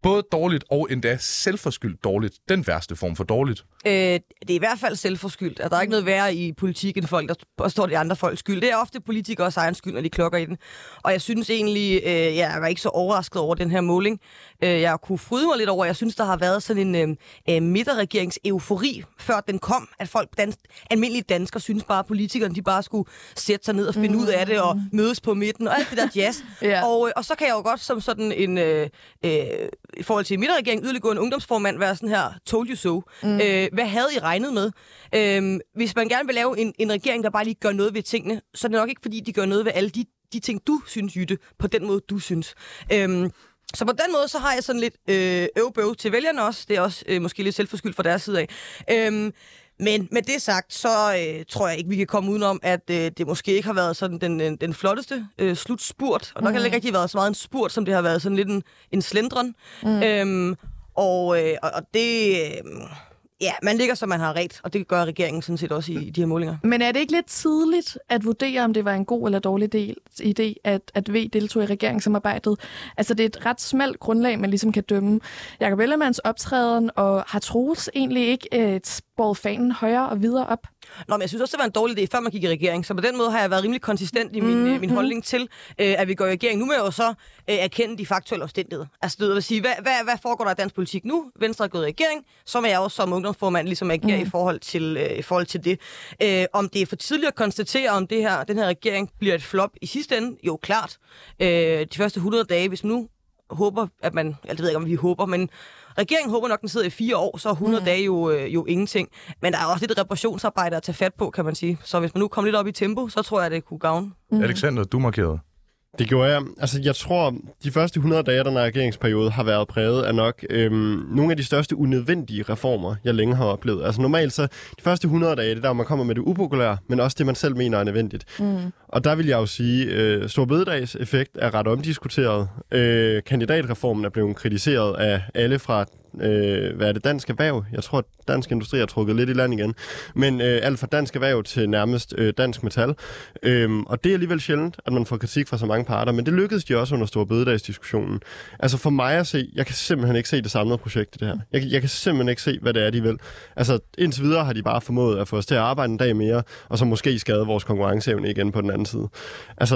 [SPEAKER 1] både dårligt og endda selvforskyldt dårligt. Den værste form for dårligt.
[SPEAKER 3] Øh, det er i hvert fald selvforskyldt. Der er ikke noget værre i politik end folk, der påstår de andre folks skyld. Det er ofte politikers egen skyld, når de klokker i den. Og jeg synes egentlig, øh, jeg var ikke så overrasket over den her måling. Øh, jeg kunne fryde mig lidt over, jeg synes, der har været sådan en øh, midterregerings-eufori, før den kom, at folk, dans, almindelige danskere, synes bare, at politikerne de bare skulle sætte sig ned og finde mm. ud af det, og mødes på midten, og alt det der jazz. yeah. og, og så kan jeg jo godt som sådan en, øh, øh, i forhold til midterregering, yderliggående ungdomsformand, være sådan her, told you so. Mm. Øh, hvad havde I regnet med? Øh, hvis man gerne vil lave en, en regering, der bare lige gør noget ved tingene, så er det nok ikke, fordi de gør noget ved alle de, de ting, du synes, Jytte, på den måde, du synes. Øh, Så på den måde, så har jeg sådan lidt øh, øvbøv til vælgerne også. Det er også øh, måske lidt selvforskyldt fra deres side af. Øhm, men med det sagt, så øh, tror jeg ikke, vi kan komme udenom, at øh, det måske ikke har været sådan den, den, den flotteste øh, slutspurt. Og der mm. kan ikke rigtig været så meget en spurt, som det har været sådan lidt en, en slendren. Mm. Øhm, og, øh, og det... Øh, Ja, man ligger, som man har ret, og det gør regeringen sådan set også i, i de her målinger.
[SPEAKER 2] Men er det ikke lidt tidligt at vurdere, om det var en god eller dårlig del, idé, at, at V deltog i regeringssamarbejdet? Altså, det er et ret smalt grundlag, man ligesom kan dømme Jakob Ellemanns optræden, og har Troels egentlig ikke et båret fanen højere og videre op?
[SPEAKER 3] Nå, men jeg synes også, det var en dårlig idé, før man gik i regering. Så på den måde har jeg været rimelig konsistent i min, mm-hmm. min holdning til, øh, at vi går i regering. Nu må jeg jo så øh, erkende de faktuelle omstændigheder. Altså, det vil sige, hvad, hvad, hvad foregår der i dansk politik nu? Venstre er gået i regering, så må jeg også som ungdomsformand ligesom agere mm. i, forhold til, øh, i forhold til det. Øh, om det er for tidligt at konstatere, om det her, den her regering bliver et flop i sidste ende? Jo, klart. Øh, de første hundrede dage, hvis man nu håber, at man... Jeg ved ikke, om vi håber, men... Regeringen håber nok, den sidder i fire år, så er hundrede mm. dage jo, øh, jo ingenting. Men der er også lidt reparationsarbejde at tage fat på, kan man sige. Så hvis man nu kommer lidt op i tempo, så tror jeg, det kunne gavne.
[SPEAKER 1] Mm. Alexander, du markerede.
[SPEAKER 4] Det gjorde jeg. Altså, jeg tror, de første hundrede dage af den her regeringsperiode har været præget af nok øhm, nogle af de største unødvendige reformer, jeg længe har oplevet. Altså normalt så, de første hundrede dage, det er der, man kommer med det upopulære, men også det, man selv mener er nødvendigt. Mm. Og der vil jeg jo sige, øh, Store Bededags effekt er ret omdiskuteret. Øh, kandidatreformen er blevet kritiseret af alle fra Øh, hvad er det, Dansk Erhverv? Jeg tror, at Dansk Industri har trukket lidt i land igen. Men øh, alt fra Dansk Erhverv til nærmest øh, Dansk Metal. Øhm, og det er alligevel sjældent, at man får kritik fra så mange parter. Men det lykkedes de også under Store Bededagsdiskussionen. Altså for mig at se, jeg kan simpelthen ikke se det samlede projekt i det her. Jeg, jeg kan simpelthen ikke se, hvad det er, de vil. Altså indtil videre har de bare formået at få os til at arbejde en dag mere, og så måske skade vores konkurrenceevne igen på den anden side. Altså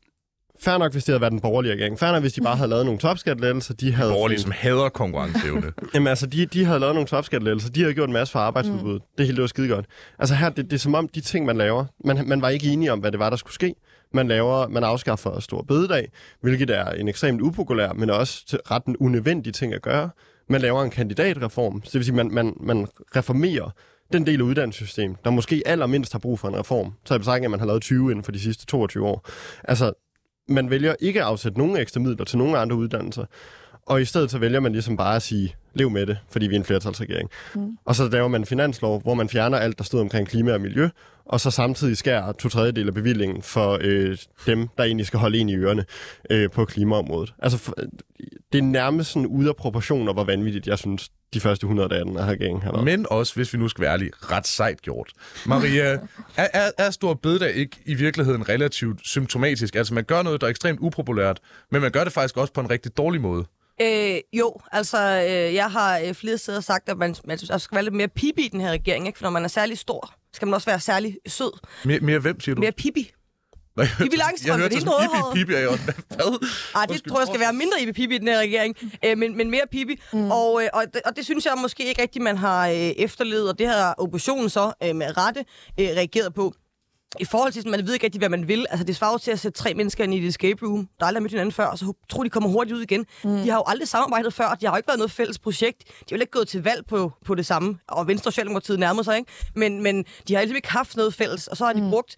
[SPEAKER 4] fair nok, hvis det havde været en borgerlig regering. Fair nok, hvis de bare havde lavet nogle topskattelettelser. De havde...
[SPEAKER 1] Borgerlige, som hader konkurrenceevne.
[SPEAKER 4] Jamen altså, de, de havde lavet nogle topskattelettelser. De havde gjort en masse for arbejdsudbuddet. Mm. Det hele, det var skide godt. Altså her, det, det er som om, de ting, man laver... Man, man var ikke enige om, hvad det var, der skulle ske. Man laver, man afskaffer Store Bededag, hvilket er en ekstremt upopulær, men også ret en unødvendig ting at gøre. Man laver en kandidatreform. Så det vil sige, man, man, man reformerer den del af uddannelsessystemet, der måske allermindst har brug for en reform. Så er det sagt, at man har lavet tyve inden for de sidste toogtyve år. Altså, man vælger ikke at afsætte nogen ekstra midler til nogen andre uddannelser, og i stedet så vælger man ligesom bare at sige, lev med det, fordi vi er en flertalsregering. Mm. Og så laver man en finanslov, hvor man fjerner alt, der stod omkring klima og miljø, og så samtidig skærer to tredjedel af bevillingen for øh, dem, der egentlig skal holde en i ørerne øh, på klimaområdet. Altså, for, det er nærmest sådan ude af proportioner, hvor vanvittigt, jeg synes, de første hundrede dage af den her regering har været.
[SPEAKER 1] Men også, hvis vi nu skal være ærlige, ret sejt gjort. Maria, er, er, er Store Bededag ikke i virkeligheden relativt symptomatisk? Altså, man gør noget, der er ekstremt upopulært, men man gør det faktisk også på en rigtig dårlig måde.
[SPEAKER 3] Øh, jo, altså, øh, jeg har øh, flere steder sagt, at man, man skal være lidt mere pipi i den her regering, ikke? For når man er særlig stor, skal man også være særlig sød.
[SPEAKER 1] Mere, mere hvem, siger du?
[SPEAKER 3] Mere pipi.
[SPEAKER 1] Nej,
[SPEAKER 3] Pippi Langstrømpe,
[SPEAKER 1] jeg hørte
[SPEAKER 3] det er
[SPEAKER 1] sådan, Pippi, Pippi er jo også... Hvad?
[SPEAKER 3] Ej, det tror jeg skal være mindre i Pippi i den her regering, øh, men, men mere Pippi. Mm. Og, øh, og, det, og det synes jeg måske ikke rigtigt, man har øh, efterlevet, og det har oppositionen så øh, med rette øh, reageret på. I forhold til, at man ved ikke rigtig, hvad man vil. Altså, det svarer til at sætte tre mennesker ind i et escape room, der aldrig har mødt hinanden før, og så tror de kommer hurtigt ud igen. Mm. De har jo aldrig samarbejdet før, de har jo ikke været noget fælles projekt. De har jo ikke gået til valg på, på det samme, og Venstre og Socialdemokratiet nærmer sig, ikke? Men, men de har altså ikke haft noget fælles, og så har de mm. brugt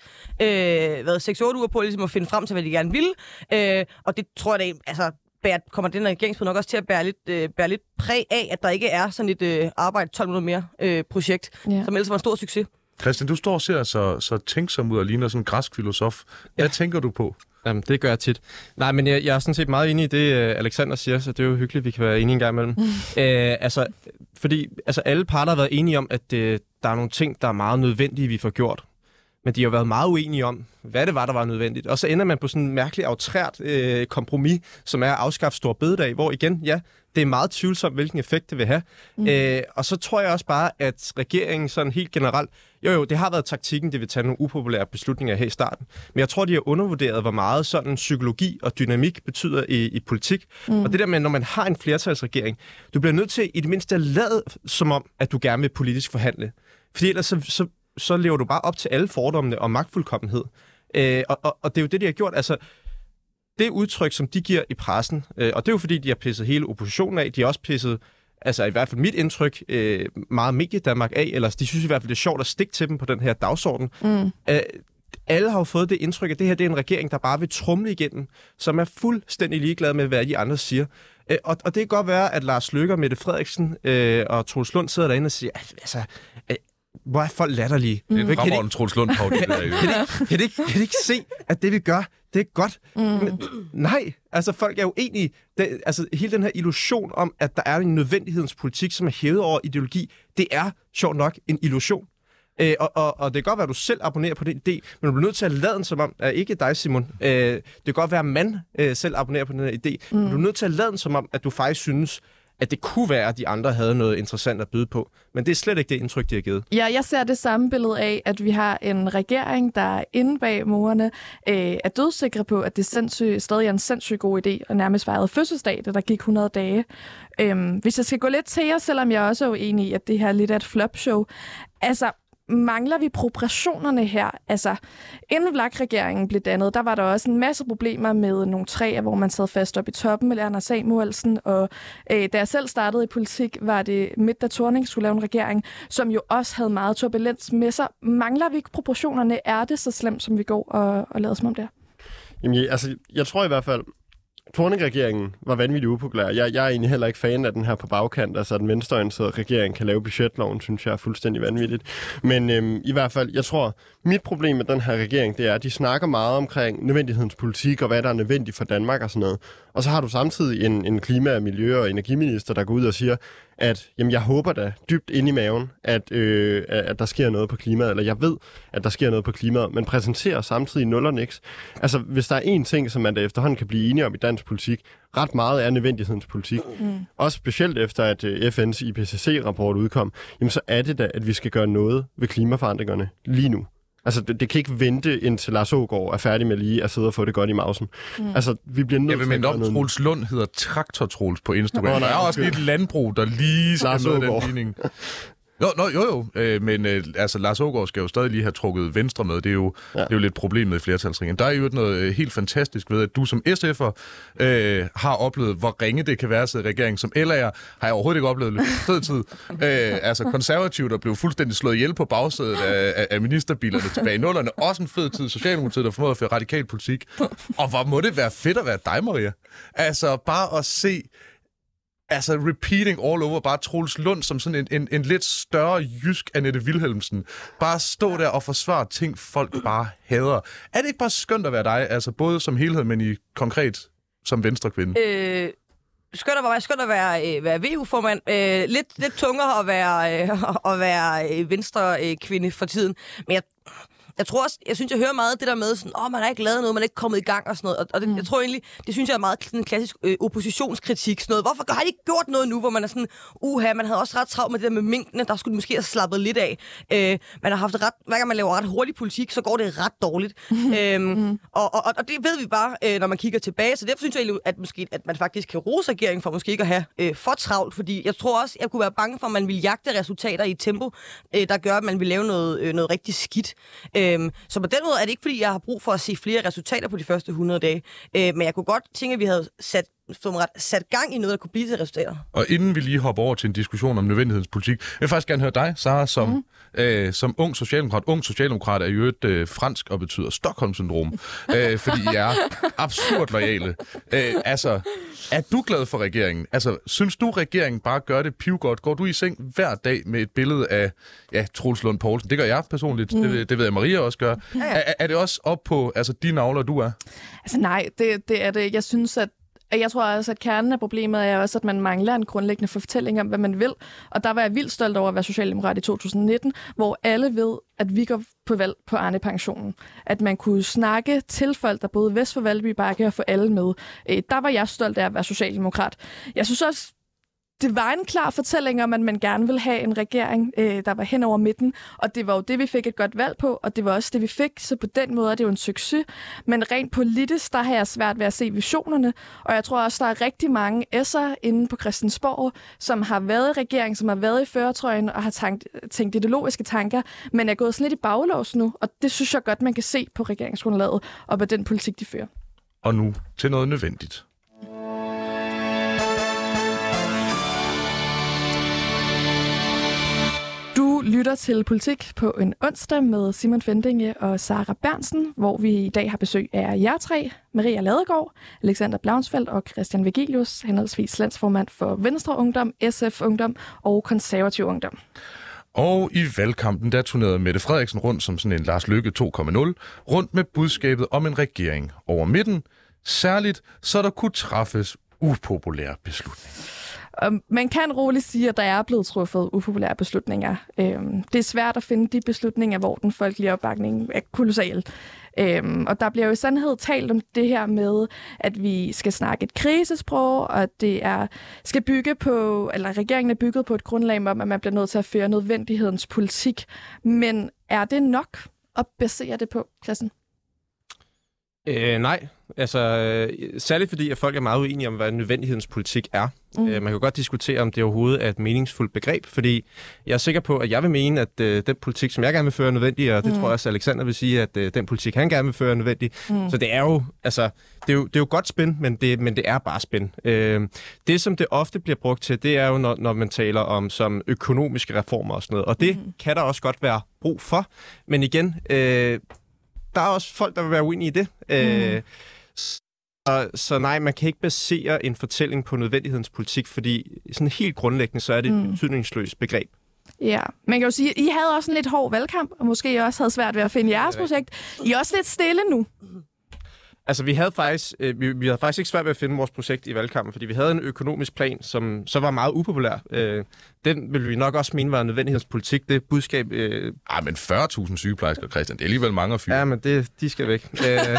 [SPEAKER 3] øh, seks otte uger på ligesom at finde frem til, hvad de gerne vil. Øh, og det tror jeg, det altså, bærer, kommer den her regeringsperiode nok også til at bære lidt, øh, bære lidt præg af, at der ikke er sådan et øh, arbejde tolv minutter mere øh, projekt, yeah. som ellers var en stor succes.
[SPEAKER 1] Christian, du står og ser så, så tænksom ud og ligner sådan en græsk filosof. Hvad ja. tænker du på?
[SPEAKER 5] Jamen, det gør jeg tit. Nej, men jeg, jeg er sådan set meget enig i det, Alexander siger, så det er jo hyggeligt, vi kan være enige en gang imellem. Mm. Æ, altså, fordi altså, alle parter har været enige om, at det, der er nogle ting, der er meget nødvendige, vi får gjort. Men de har været meget uenige om, hvad det var, der var nødvendigt. Og så ender man på sådan en mærkelig autrært øh, kompromis, som er at afskaffe Store Bededag, hvor igen, ja, det er meget tvivlsomt, hvilken effekt det vil have. Mm. Øh, og så tror jeg også bare, at regeringen sådan helt generelt, jo jo, det har været taktikken, det vil tage nogle upopulære beslutninger her i starten, men jeg tror, de har undervurderet, hvor meget sådan psykologi og dynamik betyder i, i politik. Mm. Og det der med, når man har en flertalsregering, du bliver nødt til i det mindste at lade som om, at du gerne vil politisk forhandle. Fordi ellers så, så, så lever du bare op til alle fordommene om magtfuldkommenhed. Øh, og, og, og det er jo det, de har gjort. Altså, det udtryk, som de giver i pressen, øh, og det er jo fordi, de har pisset hele oppositionen af, de har også pisset, altså i hvert fald mit indtryk, øh, meget Mediedanmark af, eller de synes i hvert fald, det er sjovt at stikke til dem på den her dagsorden. Mm. Øh, alle har jo fået det indtryk, at det her det er en regering, der bare vil tromle igennem, som er fuldstændig ligeglad med, hvad de andre siger. Øh, og, og det kan godt være, at Lars Løkke, Mette Frederiksen øh, og Troels Lund sidder derinde og siger, altså... Øh, hvor er folk latterlige?
[SPEAKER 1] Mm. Det er fremragende Troels Lund på det der.
[SPEAKER 5] Kan de, kan, de, kan de ikke se, at det vi gør, det er godt? Mm. Men, nej, altså folk er uenige. Det, altså hele den her illusion om, at der er en nødvendighedens politik, som er hævet over ideologi, det er sjovt nok en illusion. Øh, og, og, og det kan godt være, at du selv abonnerer på den idé, men du bliver nødt til at lade den som om, at ikke dig, Simon. Øh, det kan godt være, at man øh, selv abonnerer på den her idé, mm. men du er nødt til at lade den som om, at du faktisk synes, at det kunne være, at de andre havde noget interessant at byde på. Men det er slet ikke det indtryk, de har givet.
[SPEAKER 2] Ja, jeg ser det samme billede af, at vi har en regering, der er inde bag murene, øh, er dødssikre på, at det sindssyg, stadig er en sindssygt god idé, og nærmest fejrede fødselsdag, da der gik hundrede dage. Øhm, hvis jeg skal gå lidt til jer, selvom jeg også er uenig i, at det her lidt er et flop-show. Altså, mangler vi proportionerne her? Altså, inden V L A K-regeringen blev dannet, der var der også en masse problemer med nogle træer, hvor man sad fast op i toppen med Erna Samuelsen, og øh, da jeg selv startede i politik, var det Mette Thorning skulle lave en regering, som jo også havde meget turbulens med sig. Mangler vi ikke proportionerne? Er det så slemt, som vi går og, og lader som om det er?
[SPEAKER 4] Jamen, altså, jeg tror i hvert fald, Thorning-regeringen var vanvittigt upopulær. Jeg, jeg er egentlig heller ikke fan af den her på bagkant. Altså, at den venstreorienterede regering kan lave budgetloven, synes jeg er fuldstændig vanvittigt. Men øhm, i hvert fald, jeg tror, mit problem med den her regering, det er, at de snakker meget omkring nødvendighedens politik og hvad der er nødvendigt for Danmark og sådan noget. Og så har du samtidig en, en klima-, miljø- og energiminister, der går ud og siger, at jamen, jeg håber da dybt inde i maven, at, øh, at der sker noget på klimaet, eller jeg ved, at der sker noget på klimaet, men præsenterer samtidig nul og niks. Altså, hvis der er én ting, som man da efterhånden kan blive enige om i dansk politik, ret meget er nødvendighedens politik. Mm. Også specielt efter, at F N's I P C C-rapport udkom, jamen så er det da, at vi skal gøre noget ved klimaforandringerne lige nu. Altså, det, det kan ikke vente, indtil Lars Aagaard er færdig med lige at sidde og få det godt i mausen. Mm. Altså, vi bliver nødt til at...
[SPEAKER 1] Jeg vil minde om, Troels Lund hedder Traktor Troels på Instagram. Oh, der er også lidt landbrug, der lige skal med den ligning. Nå, nå, jo jo, øh, men øh, altså, Lars Aagaard skal jo stadig lige have trukket Venstre med. Det er jo, ja. det er jo lidt problemet i flertalsringen. Der er jo noget øh, helt fantastisk ved, at du som S F'er øh, har oplevet, hvor ringe det kan være at sidde i regeringen. Som L A'er har jeg overhovedet ikke oplevet lidt fed tid. Øh, altså konservativt, der blev fuldstændig slået ihjel på bagsædet af, af ministerbilerne tilbage i nullerne. Også en fed tid. Socialdemokratiet, der formåede at føre radikal politik. Og hvor må det være fedt at være dig, Maria? Altså bare at se... Altså, repeating all over, bare Troels Lund som sådan en, en, en lidt større jysk Annette Wilhelmsen. Bare stå der og forsvare ting, folk bare hader. Er det ikke bare skønt at være dig, altså både som helhed, men i konkret som venstrekvinde?
[SPEAKER 3] Øh, skønt at være, skønt at være, øh, være V U-formand. Øh, lidt, lidt tungere at være, øh, at være øh, venstrekvinde for tiden. Men jeg... Jeg tror også, jeg synes, jeg hører meget det der med, sådan, åh, oh, man har ikke lavet noget, man er ikke kommet i gang og sådan noget. Og, og det, mm. jeg tror egentlig, det synes jeg er meget sådan klassisk øh, oppositionskritik. Sådan noget. Hvorfor har de ikke gjort noget nu, hvor man er sådan, uha, man havde også ret travlt med det der med minkene, der skulle måske have slappet lidt af. Øh, man har haft ret, hver gang man laver ret hurtig politik, så går det ret dårligt. Mm. Øhm, mm. Og, og, og det ved vi bare, øh, når man kigger tilbage. Så derfor synes jeg egentlig, at, måske, at man faktisk kan rose regeringen for måske ikke at have øh, for travlt. Fordi jeg tror også, jeg kunne være bange for, at man vil jagte resultater i et tempo, øh, der gør, at man vil lave noget, øh, noget rigtig skidt. Øh, Så på den måde er det ikke, fordi jeg har brug for at se flere resultater på de første hundrede dage. Øh, men jeg kunne godt tænke, at vi havde sat, ret, sat gang i noget, der kunne blive til resultater. Og
[SPEAKER 1] inden vi lige hopper over til en diskussion om nødvendighedens politik, jeg vil faktisk gerne høre dig, Sara, som, mm. øh, som ung socialdemokrat. Ung socialdemokrat er jo et øh, fransk og betyder Stockholm-syndrom, øh, fordi I er absurd loyale. Øh, altså, er du glad for regeringen? Altså, synes du, regeringen bare gør det pivgodt? Går du i seng hver dag med et billede af ja, Troels Lund Poulsen? Det gør jeg personligt. Mm. Det, det ved jeg, Maria også gør. Ja, ja. Er, er det også op på altså, de navler, du er? Altså nej, det, det er det. Jeg synes, at Jeg tror også, at kernen af problemet er også, at man mangler en grundlæggende fortælling om, hvad man vil. Og der var jeg vildt stolt over at være socialdemokrat i to tusind nitten, hvor alle ved, at vi går på valg på Arne-pensionen. At man kunne snakke til folk, der boede vest for Valby Bakke og få alle med. Der var jeg stolt af at være socialdemokrat. Jeg synes også,
[SPEAKER 2] det var en klar fortælling om, at man gerne ville have en regering, øh, der var hen over midten, og det var jo det, vi fik et godt valg på, og det var også det, vi fik, så på den måde er det jo en succes. Men rent politisk, der har jeg svært ved at se visionerne, og jeg tror også, der er rigtig mange S'er inde på Christiansborg, som har været i regering, som har været i førertrøjen og har tænkt, tænkt ideologiske tanker, men er gået sådan lidt i baglås nu, og det synes jeg godt, man kan se på regeringsgrundlaget og på den politik, de fører.
[SPEAKER 1] Og nu til noget nødvendigt.
[SPEAKER 2] Du lytter til Politik på en onsdag med Simon Fendinge og Sara Berntsen, hvor vi i dag har besøg af jer tre, Maria Ladegaard, Alexander Blaunsfeldt og Christian Vigelius, henholdsvis landsformand for Venstre Ungdom, S F Ungdom og Konservativ Ungdom.
[SPEAKER 1] Og i valgkampen, der turnerede Mette Frederiksen rundt som sådan en Lars Løkke to punkt nul, rundt med budskabet om en regering over midten, særligt så der kunne træffes upopulære beslutninger.
[SPEAKER 2] Og man kan roligt sige, at der er blevet truffet upopulære beslutninger. Øhm, det er svært at finde de beslutninger, hvor den folkelige opbakning er kolossal. Øhm, og der bliver jo i sandhed talt om det her med, at vi skal snakke et krisesprog, og at det er, skal bygge på, eller regeringen er bygget på et grundlag om, at man bliver nødt til at føre nødvendighedens politik. Men er det nok at basere det på, Christian?
[SPEAKER 5] Øh, nej, altså øh, særligt fordi, at folk er meget uenige om, hvad nødvendighedens politik er. Mm. Øh, man kan godt diskutere, om det overhovedet er et meningsfuldt begreb, fordi jeg er sikker på, at jeg vil mene, at øh, den politik, som jeg gerne vil føre, er nødvendig, og det mm. tror jeg også, Alexander vil sige, at øh, den politik, han gerne vil føre, er nødvendig. Mm. Så det er jo, altså, det er jo, det er jo godt spin, men det, men det er bare spin. Øh, det, som det ofte bliver brugt til, det er jo, når, når man taler om som økonomiske reformer og sådan noget, og det mm. kan der også godt være brug for, men igen, øh, der er også folk, der vil være uenige i det. Mm. Øh, så, så nej, man kan ikke basere en fortælling på nødvendighedens politik, fordi sådan helt grundlæggende, så er det et mm. betydningsløst begreb.
[SPEAKER 2] Ja, man kan jo sige, at I havde også en lidt hård valgkamp, og måske også havde svært ved at finde jeres projekt. I er også lidt stille nu.
[SPEAKER 5] Altså, vi havde faktisk, øh, vi, vi havde faktisk ikke svært ved at finde vores projekt i valgkampen, fordi vi havde en økonomisk plan, som så var meget upopulær. Øh, den vil vi nok også mene var nødvendighedspolitik. Det budskab... Øh...
[SPEAKER 1] Ej, men fyrre tusind sygeplejersker, Christian, det er alligevel mange at fyre.
[SPEAKER 5] Ja, men det, de skal væk. øh,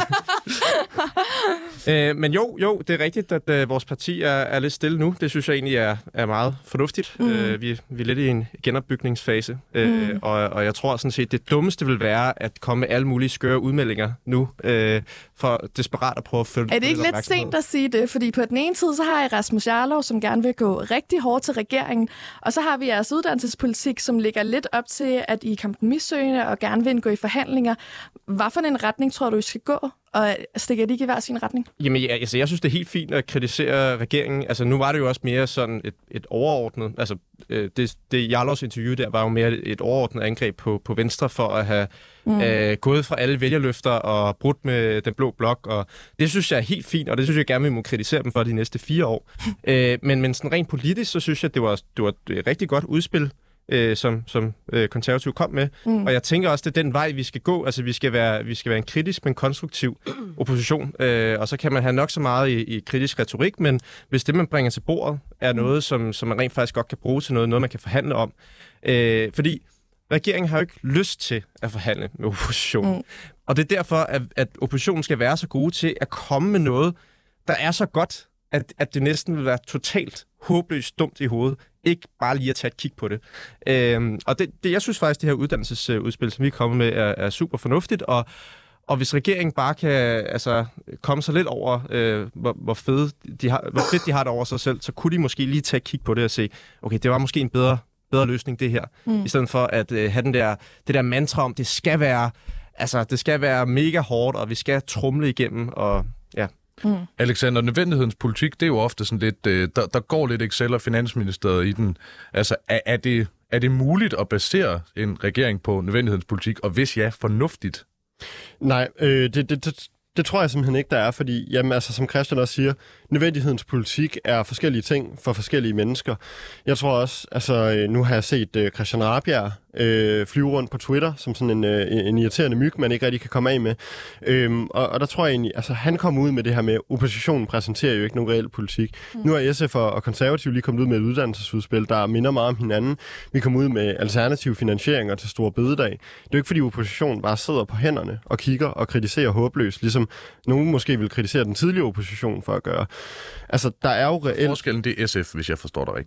[SPEAKER 5] øh, men jo, jo, det er rigtigt, at øh, vores parti er, er lidt stille nu. Det synes jeg egentlig er, er meget fornuftigt. Mm. Øh, vi, vi er lidt i en genopbygningsfase, øh, mm. og, og jeg tror sådan set, det dummeste vil være at komme med alle mulige skøre udmeldinger nu, øh, for desperat at prøve at følge.
[SPEAKER 2] Er det ikke lidt sent at sige det? Fordi på den ene side, så har jeg Rasmus Jarlov, som gerne vil gå rigtig hårdt til regeringen, og så har vi jeres uddannelsespolitik, som ligger lidt op til, at I er kompromissøgende og gerne vil indgå i forhandlinger. Hvad for en retning tror du, I skal gå? Og stikker de ikke i hver sin retning?
[SPEAKER 5] Jamen, ja, altså, jeg synes, det er helt fint at kritisere regeringen. Altså, nu var det jo også mere sådan et, et overordnet... Altså, øh, det, det Jarlovs interview der var jo mere et overordnet angreb på, på Venstre for at have mm. øh, gået fra alle vælgerløfter og brudt med den blå blok. Og det synes jeg er helt fint, og det synes jeg gerne, vi må kritisere dem for de næste fire år. øh, men, men sådan rent politisk, så synes jeg, det var, det var et rigtig godt udspil, Øh, som, som øh, konservativ kom med. Mm. Og jeg tænker også, det er den vej, vi skal gå. Altså, vi skal være, vi skal være en kritisk, men konstruktiv opposition. Øh, og så kan man have nok så meget i, i kritisk retorik, men hvis det, man bringer til bordet, er noget, som, som man rent faktisk godt kan bruge til noget, noget man kan forhandle om. Øh, fordi regeringen har jo ikke lyst til at forhandle med oppositionen. Mm. Og det er derfor, at, at oppositionen skal være så gode til at komme med noget, der er så godt, at, at det næsten vil være totalt håbløst dumt i hovedet. Ikke bare lige at tage et kig på det. Øhm, og det, det, jeg synes faktisk, det her uddannelsesudspil, som vi er kommet med, er, er super fornuftigt, og, og hvis regeringen bare kan altså, komme sig lidt over, øh, hvor, hvor, fede de har, hvor fedt de har det over sig selv, så kunne de måske lige tage et kig på det og se, okay, det var måske en bedre, bedre løsning, det her. Mm. I stedet for at øh, have den der, det der mantra om, det skal være, altså, det skal være mega hårdt, og vi skal trumle igennem, og ja.
[SPEAKER 1] Mm. Alexander, nødvendighedens politik, det er jo ofte sådan lidt, øh, der, der går lidt Excel og Finansministeriet i den. Altså, er, er, det, er det muligt at basere en regering på nødvendighedens politik, og hvis ja, fornuftigt?
[SPEAKER 4] Nej, øh, det, det, det, det tror jeg simpelthen ikke, der er, fordi, jamen, altså, som Christian også siger, nødvendighedens politik er forskellige ting for forskellige mennesker. Jeg tror også, altså, nu har jeg set uh, Christian Rabjerg øh, flyve rundt på Twitter, som sådan en, øh, en irriterende myg, man ikke rigtig kan komme af med. Øhm, og, og der tror jeg egentlig, altså han kom ud med det her med, oppositionen præsenterer jo ikke nogen reel politik. Mm. Nu er S F og, og Konservativ lige kommet ud med et uddannelsesudspil, der minder meget om hinanden. Vi kom ud med alternative finansieringer til Store Bededag. Det er jo ikke, fordi oppositionen bare sidder på hænderne og kigger og kritiserer håbløst, ligesom nogen måske vil kritisere den tidligere opposition for at gøre. Altså, der er jo reelt...
[SPEAKER 1] Forskellen, det er S F, hvis jeg forstår dig rigtigt.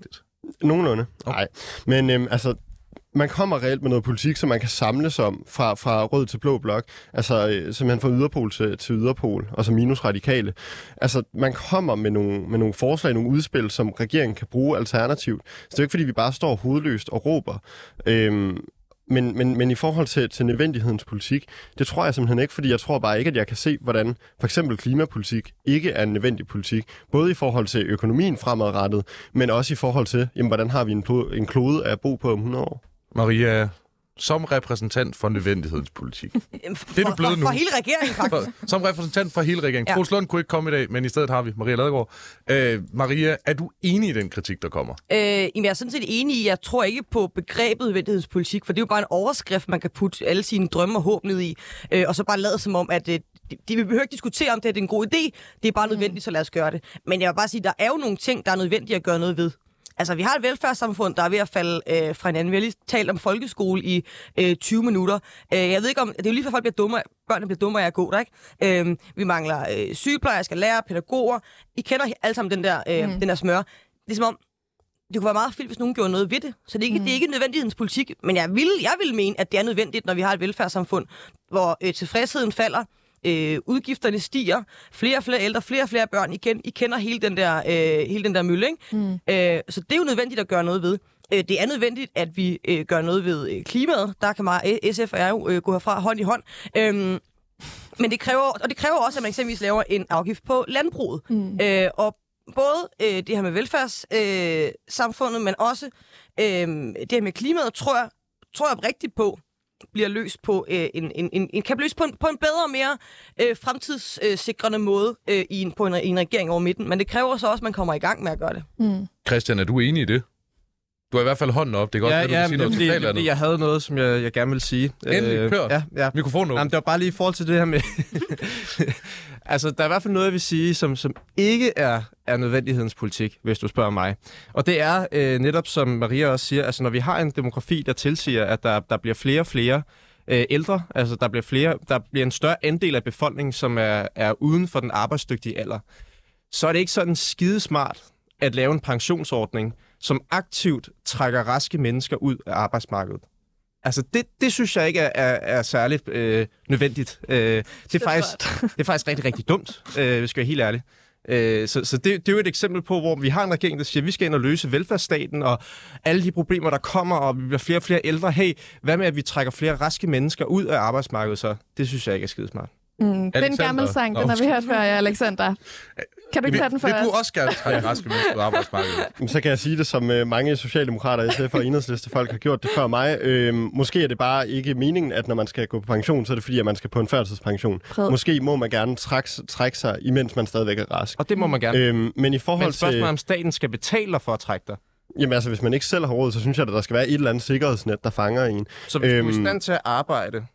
[SPEAKER 4] Nogenlunde. Nej. Men øhm, altså, man kommer reelt med noget politik, som man kan samles om fra, fra rød til blå blok. Altså øh, simpelthen fra yderpol til, til yderpol, og så minus radikale. Altså, man kommer med nogle, med nogle forslag, nogle udspil, som regeringen kan bruge alternativt. Så det er jo ikke, fordi vi bare står hovedløst og råber. Øhm, Men, men, men i forhold til, til nødvendighedens politik, det tror jeg simpelthen ikke, fordi jeg tror bare ikke, at jeg kan se, hvordan for eksempel klimapolitik ikke er en nødvendig politik. Både i forhold til økonomien fremadrettet, men også i forhold til, jamen, hvordan har vi en, en klode at bo på om hundrede år.
[SPEAKER 1] Maria, som repræsentant for nødvendighedens politik. Det er du blevet nu.
[SPEAKER 3] For hele regeringen, faktisk.
[SPEAKER 1] For, som repræsentant for hele regeringen. Ja. Troels Lund kunne ikke komme i dag, men i stedet har vi Maria Ladegaard. Øh, Maria, er du enig i den kritik, der kommer?
[SPEAKER 3] Øh, jamen, jeg er sådan set enig i, jeg tror ikke på begrebet nødvendighedens politik, for det er jo bare en overskrift, man kan putte alle sine drømme og håb ned i, øh, og så bare lade som om, at øh, de, de vil behøver ikke diskutere, om det er en god idé. Det er bare nødvendigt, så lad os gøre det. Men jeg vil bare sige, der er jo nogle ting, der er nødvendige at gøre noget ved. Altså, vi har et velfærdssamfund, der er ved at falde øh, fra hinanden. Vi har lige talt om folkeskole i øh, tyve minutter. Øh, jeg ved ikke om... Det er jo lige for, folk bliver dummere. Børnene bliver dummere af at gå der, ikke? Øh, vi mangler øh, sygeplejersker, lærere, pædagoger. I kender alle sammen den der, øh, mm. den der smør. Det er som om... Det kunne være meget fint, hvis nogen gjorde noget ved det. Så det er ikke, mm. det er ikke nødvendighedens politik. Men jeg vil, jeg vil mene, at det er nødvendigt, når vi har et velfærdssamfund, hvor øh, tilfredsheden falder, Øh, udgifterne stiger, flere og flere ældre, flere og flere børn. I, kend, I kender hele den der, øh, hele den der mølle, ikke? Mm. Øh, så det er jo nødvendigt at gøre noget ved. Øh, det er nødvendigt, at vi øh, gør noget ved øh, klimaet. Der kan meget S F og jeg jo øh, gå herfra hånd i hånd. Øh, men det kræver, og det kræver også, at man eksempelvis laver en afgift på landbruget. Mm. Øh, og både øh, det her med velfærdssamfundet, øh, men også øh, det her med klimaet, tror jeg, tror jeg rigtigt på, bliver løst på øh, en, en, en, kan blive løst på en, på en bedre og mere øh, fremtidssikrende måde øh, i en, på en, en regering over midten. Men det kræver så også, at man kommer i gang med at gøre det.
[SPEAKER 1] Mm. Christian, er du enig i det? Du har i hvert fald hånden op. Det er godt,
[SPEAKER 5] ja,
[SPEAKER 1] at du
[SPEAKER 5] ja,
[SPEAKER 1] kan sige noget
[SPEAKER 5] fordi,
[SPEAKER 1] totalt
[SPEAKER 5] fordi jeg havde noget, som jeg, jeg gerne vil sige.
[SPEAKER 1] Endelig, kør.
[SPEAKER 5] Ja, ja.
[SPEAKER 1] Mikrofonen op.
[SPEAKER 5] Jamen, det var bare lige i forhold til det her med... altså, der er i hvert fald noget, jeg vil sige, som, som ikke er, er nødvendighedens politik, hvis du spørger mig. Og det er øh, netop, som Maria også siger, altså når vi har en demografi, der tilsiger, at der, der bliver flere og flere øh, ældre, altså der bliver, flere, der bliver en større andel af befolkningen, som er, er uden for den arbejdsdygtige alder, så er det ikke sådan skidesmart at lave en pensionsordning, som aktivt trækker raske mennesker ud af arbejdsmarkedet. Altså, det, det synes jeg ikke er, er, er særligt øh, nødvendigt. Øh, det, er faktisk, det er faktisk rigtig, rigtig dumt, øh, hvis jeg skal være helt ærlig. Øh, så så det, det er jo et eksempel på, hvor vi har en regering, der siger, at vi skal ind og løse velfærdsstaten og alle de problemer, der kommer, og vi bliver flere og flere ældre. Hey, hvad med, at vi trækker flere raske mennesker ud af arbejdsmarkedet så? Det synes jeg ikke er skidesmart.
[SPEAKER 2] Mm, det er en gammel sang, den har vi hørt før, ja, Alexander. Kan du ikke tage den for os?
[SPEAKER 1] Vil du også gerne trække raske mennesker ud af arbejdsmarkedet?
[SPEAKER 4] Så kan jeg sige det, som øh, mange socialdemokrater, S F og enhedsliste folk har gjort det før mig. Øh, måske er det bare ikke meningen, at når man skal gå på pension, så er det fordi, at man skal på en førtidspension. Prøv. Måske må man gerne trække, trække sig, imens man stadigvæk er rask.
[SPEAKER 5] Og det må man gerne.
[SPEAKER 4] Øh, men i forhold
[SPEAKER 5] men spørgsmålet om staten skal betale for at trække dig?
[SPEAKER 4] Jamen altså, hvis man ikke selv har råd, så synes jeg, at der skal være et eller andet sikkerhedsnet, der fanger en.
[SPEAKER 5] Så hvis øhm, du er i stand til at arbejde,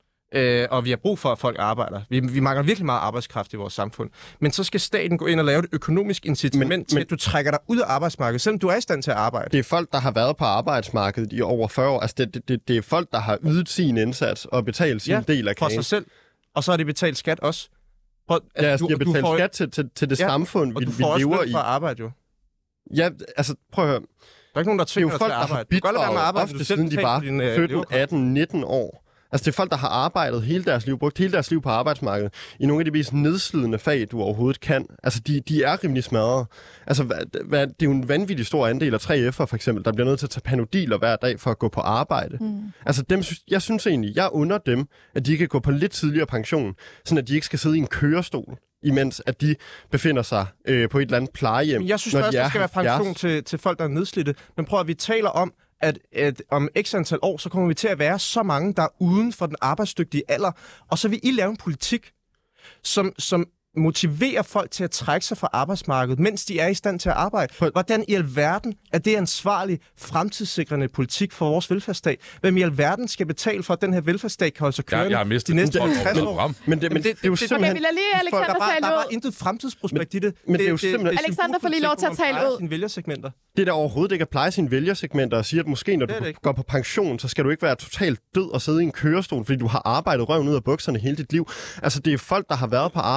[SPEAKER 5] Øh, og vi har brug for, at folk arbejder. Vi, vi mangler virkelig meget arbejdskraft i vores samfund. Men så skal staten gå ind og lave et økonomisk incitament men, til, men, at du trækker dig ud af arbejdsmarkedet, selvom du er i stand til at arbejde.
[SPEAKER 4] Det er folk, der har været på arbejdsmarkedet i over fyrre år. Altså, det, det, det er folk, der har ydet sin indsats og betalt sin
[SPEAKER 5] ja,
[SPEAKER 4] del af kagen.
[SPEAKER 5] for sig selv. Og så har de betalt skat også. Prøv,
[SPEAKER 4] altså, ja, altså, de har betalt får, skat til, til, til det ja, samfund, vi, vi lever i. Og du får også løn
[SPEAKER 5] for at arbejde, jo.
[SPEAKER 4] Ja, altså, prøv at høre.
[SPEAKER 5] Der er ikke nogen, der tvinger dig til at arbejde.
[SPEAKER 4] Det er jo folk, der har bidraget ofte, siden de var sytten, atten, nitten år. Altså, det er folk, der har arbejdet hele deres liv, brugt hele deres liv på arbejdsmarkedet, i nogle af de mest nedslidende fag, du overhovedet kan. Altså, de, de er rimelig smadrede. Altså, hvad, hvad, det er jo en vanvittig stor andel af tre F'er, for eksempel, der bliver nødt til at tage Panodiler hver dag for at gå på arbejde. Mm. Altså, dem, jeg synes egentlig, jeg under dem, at de kan gå på lidt tidligere pension, sådan at de ikke skal sidde i en kørestol, imens at de befinder sig øh, på et eller andet plejehjem.
[SPEAKER 5] Jeg synes også, der skal være pension til, til folk, der er nedslidte. Men prøv at vi taler om, At, at om x antal år, så kommer vi til at være så mange, der er uden for den arbejdsdygtige alder, og så vil I lave en politik, som, som motiverer folk til at trække sig fra arbejdsmarkedet, mens de er i stand til at arbejde. Hvordan i alverden er det ansvarlig fremtidssikrende politik for vores velfærdsstat? Hvem i alverden skal betale for, at den her velfærdsstat kan holde sig kørende
[SPEAKER 1] ja, jeg har mistet
[SPEAKER 5] de næste halvtreds år?
[SPEAKER 4] Men det, men det, det er jo simpelthen...
[SPEAKER 2] Okay, vi lader lige Alexander
[SPEAKER 5] der,
[SPEAKER 2] tale ud.
[SPEAKER 5] Der var intet fremtidsprospekt
[SPEAKER 4] men,
[SPEAKER 5] i det.
[SPEAKER 4] Men det er jo simpelthen...
[SPEAKER 2] Alexander får lige lov til at tale ud.
[SPEAKER 5] Sine vælgersegmenter.
[SPEAKER 4] Det er da overhovedet ikke at pleje sine vælgersegmenter og sige, at måske når du går på pension, så skal du ikke være totalt død og sidde i en kørestol, fordi du har arbejdet røven ud af bukserne hele dit liv. Altså, det er folk, der har været på arbejdsmarkedet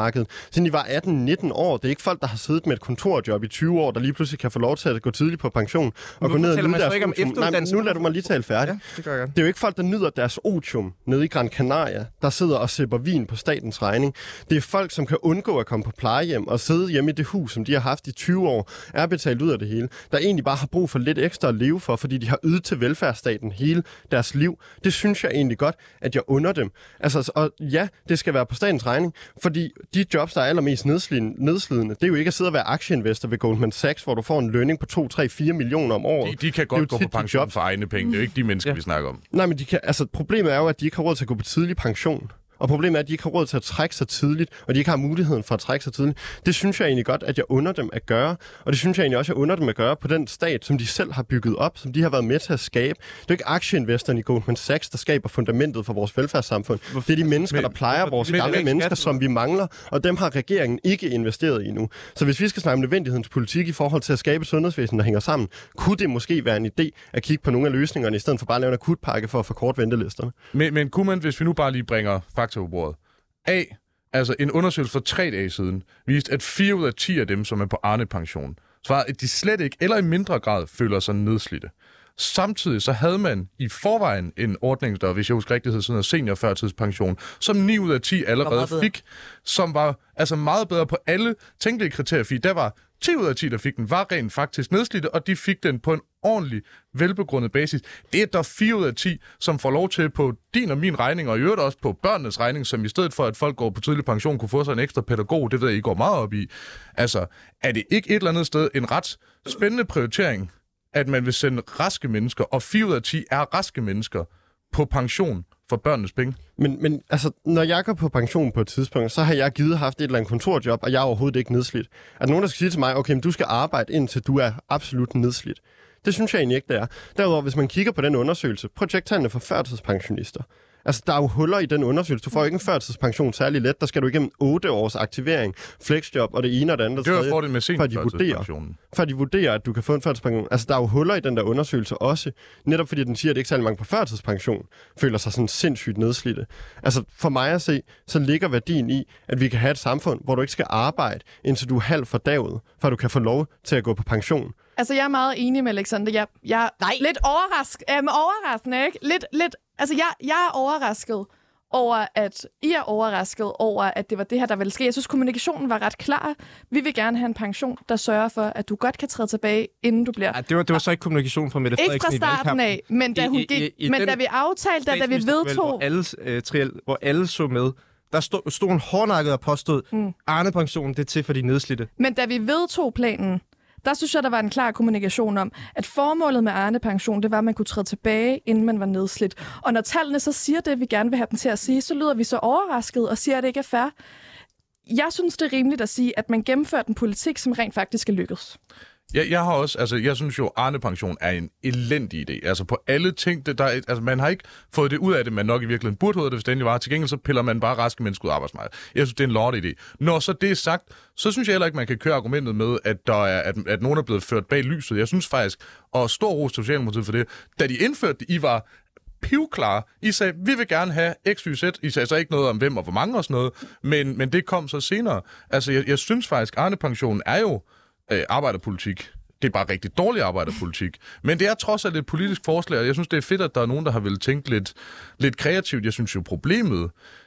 [SPEAKER 4] arbejdsmarkedet, siden de var atten nitten år. Det er ikke folk, der har siddet med et kontorjob i tyve år, der lige pludselig kan få lov til at gå tidligt på pension og gå ned og nyde deres otium. Nej, nu lader du mig lige tale færdigt.
[SPEAKER 5] Ja, det gør jeg.
[SPEAKER 4] Det er jo ikke folk, der nyder deres otium nede i Gran Canaria, der sidder og sipper vin på statens regning. Det er folk, som kan undgå at komme på plejehjem og sidde hjemme i det hus, som de har haft i tyve år, er betalt ud af det hele, der egentlig bare har brug for lidt ekstra at leve for, fordi de har ydet til velfærdsstaten hele deres liv. Det synes jeg egentlig godt, at jeg under dem. Altså, og ja, det skal være på statens regning, fordi de jobs, der er allermest nedslidende, nedslidende, det er jo ikke at sidde og være aktieinvestor ved Goldman Sachs, hvor du får en lønning på to, tre, fire millioner om året.
[SPEAKER 1] De, de kan godt gå på pension for egne penge. Det er jo ikke de mennesker, ja. vi snakker om.
[SPEAKER 4] Nej, men de kan, altså, problemet er jo, at de ikke har råd til at gå på tidlig pension. Og problemet er, at de ikke har råd til at trække sig tidligt, og de ikke har muligheden for at trække sig tidligt. Det synes jeg egentlig godt, at jeg under dem at gøre. Og det synes jeg egentlig også, at jeg under dem at gøre på den stat, som de selv har bygget op, som de har været med til at skabe. Det er ikke aktieinvestoren i Goldman Sachs, der skaber fundamentet for vores velfærdssamfund. Det er de mennesker, der plejer vores gamle mennesker, som vi mangler, og dem har regeringen ikke investeret i nu. Så hvis vi skal snakke om nødvendighedens politik i forhold til at skabe et sundhedsvæsen, der hænger sammen, kunne det måske være en idé at kigge på nogle af løsningerne, i stedet for bare at lave en akutpakke for at forkorte ventelisterne.
[SPEAKER 1] Men, men kunne man, hvis vi nu bare lige bringer fakta på bordet. A, altså en undersøgelse for tre dage siden, viste, at fire ud af ti af dem, som er på Arne-pension, svarede, at de slet ikke, eller i mindre grad, føler sig nedslidte. Samtidig så havde man i forvejen en ordning, der, hvis jeg husker rigtigt, hed sådan noget seniorførtidspension, som ni ud af ti allerede fik, som var altså meget bedre på alle tænkelige kriterier, fordi der var ti ud af ti, der fik den, var rent faktisk nedslidte, og de fik den på en ordentlig, velbegrundet basis. Det er der fire ud af ti, som får lov til på din og min regning, og i øvrigt også på børnenes regning, som i stedet for, at folk går på tidlig pension, kunne få sig en ekstra pædagog. Det ved jeg, I går meget op i. Altså, er det ikke et eller andet sted en ret spændende prioritering, at man vil sende raske mennesker, og fire ud af ti er raske mennesker, på pension for børnenes penge?
[SPEAKER 4] Men, men altså, når jeg går på pension på et tidspunkt, så har jeg givet haft et eller andet kontorjob, og jeg er overhovedet ikke nedslidt. Er der nogen, der skal sige til mig, okay, men du skal arbejde, indtil du er absolut nedslidt? Det synes jeg egentlig ikke, det er. Derudover, hvis man kigger på den undersøgelse, projekttallene for førtidspensionister. Altså, der er jo huller i den undersøgelse. Du får ikke en førtidspension særlig let. Der skal du igennem otte års aktivering, flexjob og det ene og det andet.
[SPEAKER 1] Det var for det med seniorførtidspensionen.
[SPEAKER 4] For de vurderer, at du kan få en førtidspension. Altså, der er jo huller i den der undersøgelse også. Netop fordi den siger, at ikke særlig mange på førtidspension føler sig sådan sindssygt nedslidte. Altså, for mig at se, så ligger værdien i, at vi kan have et samfund, hvor du ikke skal arbejde, indtil du er halvt fordavet, for at du kan få lov til at gå på pension.
[SPEAKER 2] Altså, jeg er meget enig med Alexander. Jeg, jeg er lidt overrasket. Øh, overraskende, ikke? Lidt, lidt, altså, jeg, jeg er overrasket over, at I er overrasket over, at det var det her, der ville ske. Jeg synes, kommunikationen var ret klar. Vi vil gerne have en pension, der sørger for, at du godt kan træde tilbage, inden du bliver...
[SPEAKER 5] Ja, det, var, det var så ikke kommunikation fra Mette Frederiksen i
[SPEAKER 2] valgkampen. Ikke fra starten af, men da, hun
[SPEAKER 5] I,
[SPEAKER 2] gik,
[SPEAKER 5] i, i,
[SPEAKER 2] men da vi aftalte, da vi vedtog...
[SPEAKER 5] Hvor alle, øh, triel, hvor alle så med, der stod, stod en hårdnakket og påstod, mm. Arne-pensionen, det er til for de nedslidte.
[SPEAKER 2] Men da vi vedtog planen, der synes jeg, der var en klar kommunikation om, at formålet med Arne-pension, det var, at man kunne træde tilbage, inden man var nedslidt. Og når tallene så siger det, vi gerne vil have dem til at sige, så lyder vi så overrasket og siger, at det ikke er fair. Jeg synes, det er rimeligt at sige, at man gennemførte en politik, som rent faktisk er lykkedes.
[SPEAKER 1] Jeg, jeg har også, altså, jeg synes jo, Arne-pension er en elendig idé. Altså, på alle ting, det, der, altså, man har ikke fået det ud af det, man nok i virkeligheden burde have det, hvis det endelig var. Til gengæld så piller man bare raske mennesker ud af arbejdsmarkedet. Jeg synes, det er en lorte idé. Når så det er sagt, så synes jeg heller ikke, man kan køre argumentet med, at, der er, at, at nogen er blevet ført bag lyset. Jeg synes faktisk, og stor ros til Socialdemokratiet for det, da de indførte det, I var pivklare. I sagde, vi vil gerne have X, Y, Z. I sagde så ikke noget om hvem og hvor mange og sådan noget, men, men det kom så senere. Altså, jeg, jeg synes faktisk, Arne-pensionen er jo øh, arbejderpolitik. Det er bare rigtig dårlig arbejderpolitik. Men det er trods alt et politisk forslag, og jeg synes, det er fedt, at der er nogen, der har vel tænkt lidt, lidt kreativt. Jeg synes jo, problemet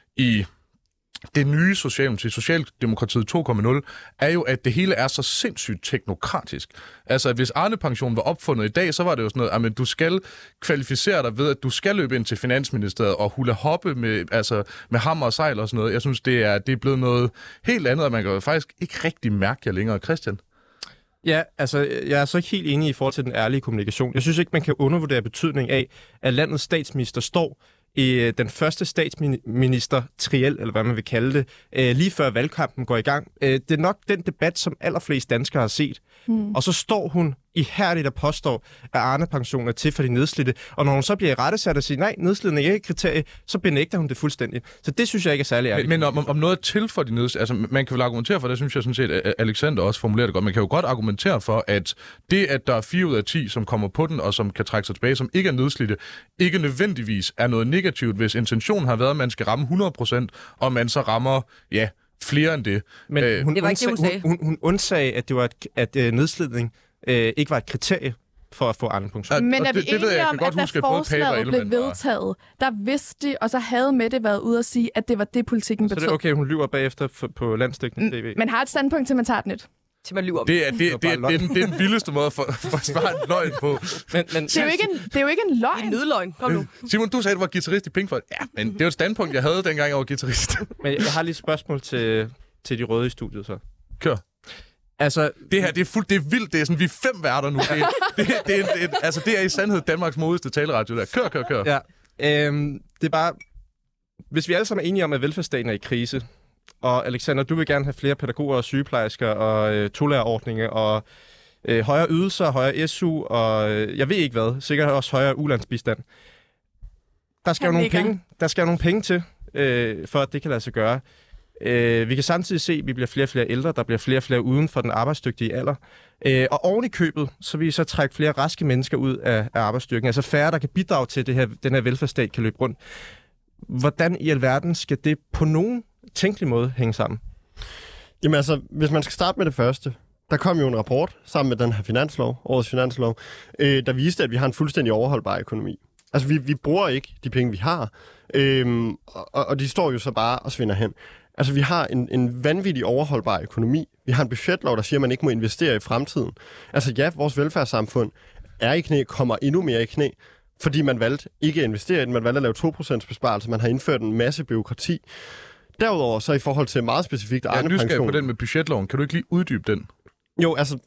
[SPEAKER 1] i det nye Socialdemokrati, Socialdemokratiet to punkt nul, er jo, at det hele er så sindssygt teknokratisk. Altså, hvis Arne-pensionen var opfundet i dag, så var det jo sådan noget, at du skal kvalificere dig ved, at du skal løbe ind til Finansministeriet og hula hoppe med, altså, med hammer og sejl og sådan noget. Jeg synes, det er, det er blevet noget helt andet, og man kan jo faktisk ikke rigtig mærke jer længere. Christian?
[SPEAKER 5] Ja, altså, jeg er så ikke helt enig i forhold til den ærlige kommunikation. Jeg synes ikke, man kan undervurdere betydningen af, at landets statsminister står i den første statsminister triel, eller hvad man vil kalde det, lige før valgkampen går i gang. Det er nok den debat, som allerflest danskere har set. Mm. Og så står hun ihærdigt og påstår, at Arne-pensionen er til for de nedslidte. Og når hun så bliver i rettesat og siger, nej, nedslidende er ikke et kriterie, så benægter hun det fuldstændig. Så det synes jeg ikke er særlig ærligt.
[SPEAKER 1] Men, men om, om noget er til for de nedslidte, altså man kan vel argumentere for, det synes jeg sådan set, at Alexander også formulerer det godt, man kan jo godt argumentere for, at det, at der er fire ud af ti, som kommer på den, og som kan trække sig tilbage, som ikke er nedslidte, ikke nødvendigvis er noget negativt, hvis intentionen har været, at man skal ramme hundrede procent, og man så rammer, ja, flere end det.
[SPEAKER 5] Men
[SPEAKER 1] Øh,
[SPEAKER 5] hun,
[SPEAKER 3] Det var ikke det, hun
[SPEAKER 5] undsag,
[SPEAKER 3] sagde.
[SPEAKER 5] hun, hun, hun undsagde, at, det var et, at øh, nedslidning øh, ikke var et kriterie for at få anden pension.
[SPEAKER 1] Ja,
[SPEAKER 2] Men
[SPEAKER 1] og
[SPEAKER 2] er vi
[SPEAKER 1] det- det ved jeg.
[SPEAKER 2] enige
[SPEAKER 1] Jeg
[SPEAKER 2] om,
[SPEAKER 1] kan
[SPEAKER 2] at
[SPEAKER 1] godt huske,
[SPEAKER 2] da
[SPEAKER 1] at både Pape og
[SPEAKER 2] forslaget blev
[SPEAKER 1] Ellemann var-
[SPEAKER 2] vedtaget, der vidste de, og så havde Mette været ude og sige, at det var det, politikken
[SPEAKER 5] Så det
[SPEAKER 2] betød.
[SPEAKER 5] er okay, hun lyver bagefter for, på landsdækkende tv.
[SPEAKER 2] Men har et standpunkt til, man tager et nyt.
[SPEAKER 3] Til man lyver om.
[SPEAKER 1] Det er, det, det,
[SPEAKER 5] var
[SPEAKER 1] det,
[SPEAKER 5] bare
[SPEAKER 1] er, det, er den, det er den vildeste måde at for, forsvare en løgn på.
[SPEAKER 5] Men, men,
[SPEAKER 2] Det er jo ikke en, det er jo ikke en
[SPEAKER 3] En
[SPEAKER 2] løgn.
[SPEAKER 3] nødløgn. Kom nu.
[SPEAKER 1] Simon, du sagde, at du var guitarist i Pink Floyd. Ja, men det er jo et standpunkt, jeg havde, dengang jeg var guitarist.
[SPEAKER 5] men jeg har lige et spørgsmål til, til de røde i studiet så.
[SPEAKER 1] Kør.
[SPEAKER 5] Altså,
[SPEAKER 1] Det her, det er fuldt, det er vildt. Det er sådan, vi er fem værter nu. Det er, det, er- det, er, det, er, altså, det er i sandhed Danmarks modigste taleradio der. Kør, kør, kør.
[SPEAKER 5] ja, øhm, det er bare... Hvis vi alle sammen er enige om, at velfærdsstaten er i krise, og Alexander, du vil gerne have flere pædagoger og sygeplejersker og øh, tolærerordninger og øh, højere ydelser, højere S U og øh, jeg ved ikke hvad, sikkert også højere ulandsbistand. Der skal
[SPEAKER 2] Han
[SPEAKER 5] jo nogle
[SPEAKER 2] nikker.
[SPEAKER 5] penge, der skal jo nogle penge til, øh, for at det kan lade sig gøre. Øh, vi kan samtidig se, at vi bliver flere og flere ældre, der bliver flere og flere uden for den arbejdsdygtige alder. Øh, og oven i købet, så vil vi så trække flere raske mennesker ud af, af arbejdsstyrken. Altså færre, der kan bidrage til, at det her, den her velfærdsstat kan løbe rundt. Hvordan i alverden skal det på nogen tænkelig måde hænge sammen?
[SPEAKER 4] Jamen altså, hvis man skal starte med det første, der kom jo en rapport sammen med den her finanslov, årets finanslov, øh, der viste, at vi har en fuldstændig overholdbar økonomi. Altså, vi, vi bruger ikke de penge, vi har, øh, og, og de står jo så bare og svinder hen. Altså, vi har en, en vanvittig overholdbar økonomi. Vi har en budgetlov, der siger, at man ikke må investere i fremtiden. Altså, ja, vores velfærdssamfund er i knæ, kommer endnu mere i knæ, fordi man valgte ikke at investere i den. Man valgte at lave to procent besparelse. Man har indført en masse byråkrati. Derudover, så i forhold til meget specifikt
[SPEAKER 1] Jeg er
[SPEAKER 4] Arne-pension...
[SPEAKER 1] nysgerrig på den med budgetloven. Kan du ikke lige uddybe den?
[SPEAKER 4] Jo, altså,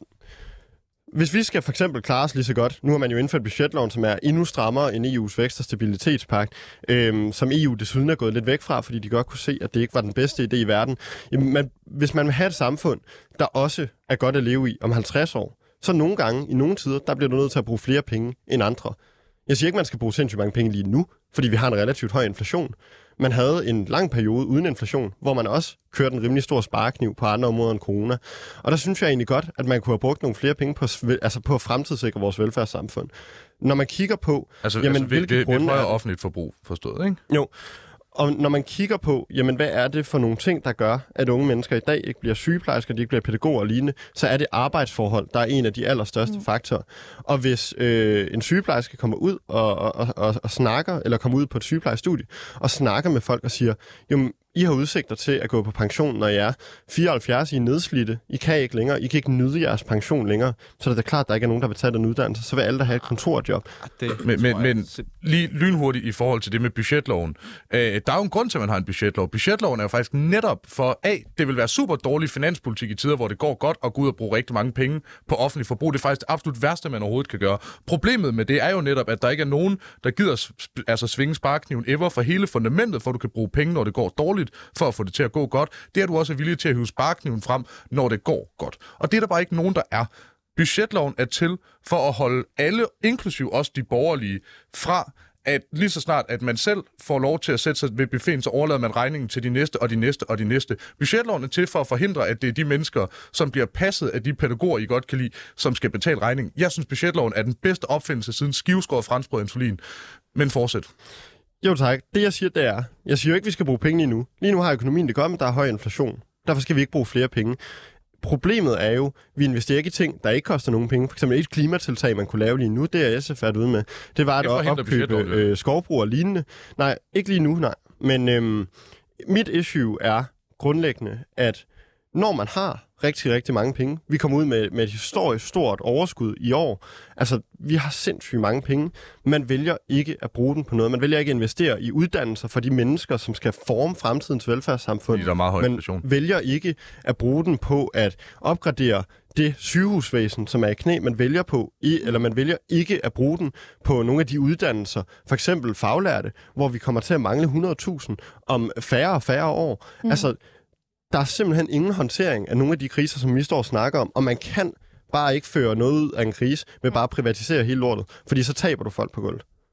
[SPEAKER 4] hvis vi skal for eksempel klare os lige så godt, nu har man jo indført budgetloven, som er endnu strammere end E U's vækst- og stabilitetspagt, øhm, som E U desuden er gået lidt væk fra, fordi de godt kunne se, at det ikke var den bedste idé i verden. Jamen, man, hvis man vil have et samfund, der også er godt at leve i om halvtreds år, så nogle gange, i nogle tider, der bliver du nødt til at bruge flere penge end andre. Jeg siger ikke, man skal bruge sindssygt mange penge lige nu, fordi vi har en relativt høj inflation. Man havde en lang periode uden inflation, hvor man også kørte en rimelig stor sparekniv på andre områder end corona. Og der synes jeg egentlig godt, at man kunne have brugt nogle flere penge på, altså på at fremtidssikre vores velfærdssamfund. Når man kigger på,
[SPEAKER 1] Altså,
[SPEAKER 4] jamen,
[SPEAKER 1] altså
[SPEAKER 4] hvilke
[SPEAKER 1] det, det, det
[SPEAKER 4] grunde
[SPEAKER 1] er
[SPEAKER 4] er
[SPEAKER 1] højere
[SPEAKER 4] det?
[SPEAKER 1] offentligt forbrug, forstået, ikke?
[SPEAKER 4] Jo, og når man kigger på, jamen hvad er det for nogle ting, der gør, at unge mennesker i dag ikke bliver sygeplejersker, de ikke bliver pædagoger og lignende, så er det arbejdsforhold, der er en af de allerstørste mm. faktorer. Og hvis øh, en sygeplejerske kommer ud og, og, og, og snakker, eller kommer ud på et sygeplejestudie, og snakker med folk og siger, jamen, I har udsigter til at gå på pension, når I er fireoghalvfjerds, I er nedslidte, I kan ikke længere, I kan ikke nyde jeres pension længere, så er det da klart, at der ikke er nogen, der vil tage den uddannelse, så vil alle, der have et kontorjob.
[SPEAKER 5] Det,
[SPEAKER 1] Men, men,
[SPEAKER 5] tror jeg-
[SPEAKER 1] men lige lynhurtigt i forhold til det med budgetloven. Øh, der er jo en grund til, at man har en budgetlov. Budgetloven er jo faktisk netop for, A, det vil være super dårlig finanspolitik i tider, hvor det går godt at gå ud og bruge rigtig mange penge på offentlig forbrug. Det er faktisk det absolut værste, man overhovedet kan gøre. Problemet med det er jo netop, at der ikke er nogen, der gider sp- altså svinge sparekniven ever for hele fundamentet, for at du kan bruge penge, når det går dårligt, for at få det til at gå godt. Det er du også villig til at hive sparekniven frem, når det går godt. Og det er der bare ikke nogen, der er. Budgetloven er til for at holde alle, inklusiv også de borgerlige, fra at lige så snart, at man selv får lov til at sætte sig ved buffeten, så overlader man regningen til de næste og de næste og de næste. Budgetloven er til for at forhindre, at det er de mennesker, som bliver passet af de pædagoger, I godt kan lide, som skal betale regningen. Jeg synes, budgetloven er den bedste opfindelse siden skiveskåret franskbrød insulin. Men fortsæt.
[SPEAKER 4] Jo tak. Det jeg siger, det er, jeg siger jo ikke, at vi skal bruge penge lige nu. Lige nu har økonomien det godt, men der er høj inflation. Derfor skal vi ikke bruge flere penge. Problemet er jo, at vi investerer ikke i ting, der ikke koster nogen penge. For eksempel et klimatiltag, man kunne lave lige nu, det er S F været ude med. Det var at
[SPEAKER 1] Det forhindrer
[SPEAKER 4] opkøbe
[SPEAKER 1] budgetloven,
[SPEAKER 4] øh, skovbrug og lignende. Nej, ikke lige nu, nej. Men øhm, mit issue er grundlæggende, at når man har rigtig, rigtig mange penge, vi kommer ud med, med et historisk stort overskud i år, altså vi har sindssygt mange penge, man vælger ikke at bruge den på noget. Man vælger ikke at investere i uddannelser for de mennesker, som skal forme fremtidens velfærdssamfund.
[SPEAKER 1] Fordi der er meget høj
[SPEAKER 4] Man
[SPEAKER 1] inflation.
[SPEAKER 4] vælger ikke at bruge den på at opgradere det sygehusvæsen, som er i knæ, man vælger på, i, eller man vælger ikke at bruge den på nogle af de uddannelser, for eksempel faglærte, hvor vi kommer til at mangle hundrede tusind om færre og færre år. Mm. Altså, der er simpelthen ingen håndtering af nogle af de kriser, som vi står og snakker om, og man kan bare ikke føre noget ud af en krise med bare at privatisere hele lortet, fordi så taber du folk på gulvet.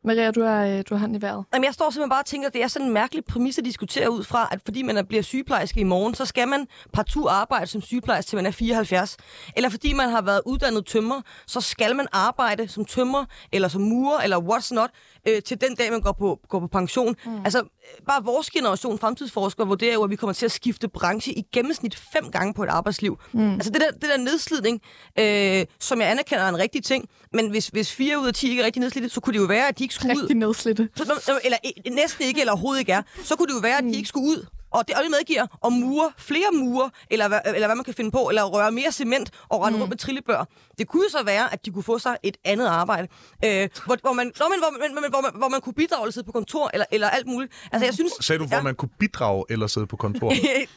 [SPEAKER 2] Maria, du har, du har hånden i vejret.
[SPEAKER 3] Jamen, jeg står simpelthen bare og tænker, at det er sådan en mærkelig præmis at diskutere ud fra, at fordi man bliver sygeplejerske i morgen, så skal man partout arbejde som sygeplejerske, til man er fireoghalvfjerds. Eller fordi man har været uddannet tømrer, så skal man arbejde som tømrer, eller som murer, eller what's not, øh, til den dag, man går på, går på pension. Mm. Altså, bare vores generation, fremtidsforskere, vurderer jo, at vi kommer til at skifte branche i gennemsnit fem gange på et arbejdsliv. Mm. Altså, det der, det der nedslidning, øh, som jeg anerkender er en rigtig ting, men hvis, hvis fire ud af ti ikke er rigtig nedslidte, så kunne det jo være, at de ikke skulle
[SPEAKER 2] rigtig
[SPEAKER 3] ud.
[SPEAKER 2] Nedslidte.
[SPEAKER 3] Eller næsten ikke, eller overhovedet ikke er. Så kunne det jo være, at de ikke skulle ud. Og det, og det medgiver at mure flere mure, eller, eller hvad man kan finde på, eller røre mere cement og rende mm. rundt med trillebør. Det kunne jo så være, at de kunne få sig et andet arbejde, øh, hvor, hvor, man, hvor, man, hvor, man, hvor, man, hvor man kunne bidrage eller sidde på kontor, eller, eller alt muligt. Altså, jeg synes,
[SPEAKER 1] sagde du, hvor
[SPEAKER 3] ja.
[SPEAKER 1] man kunne bidrage eller sidde på kontor?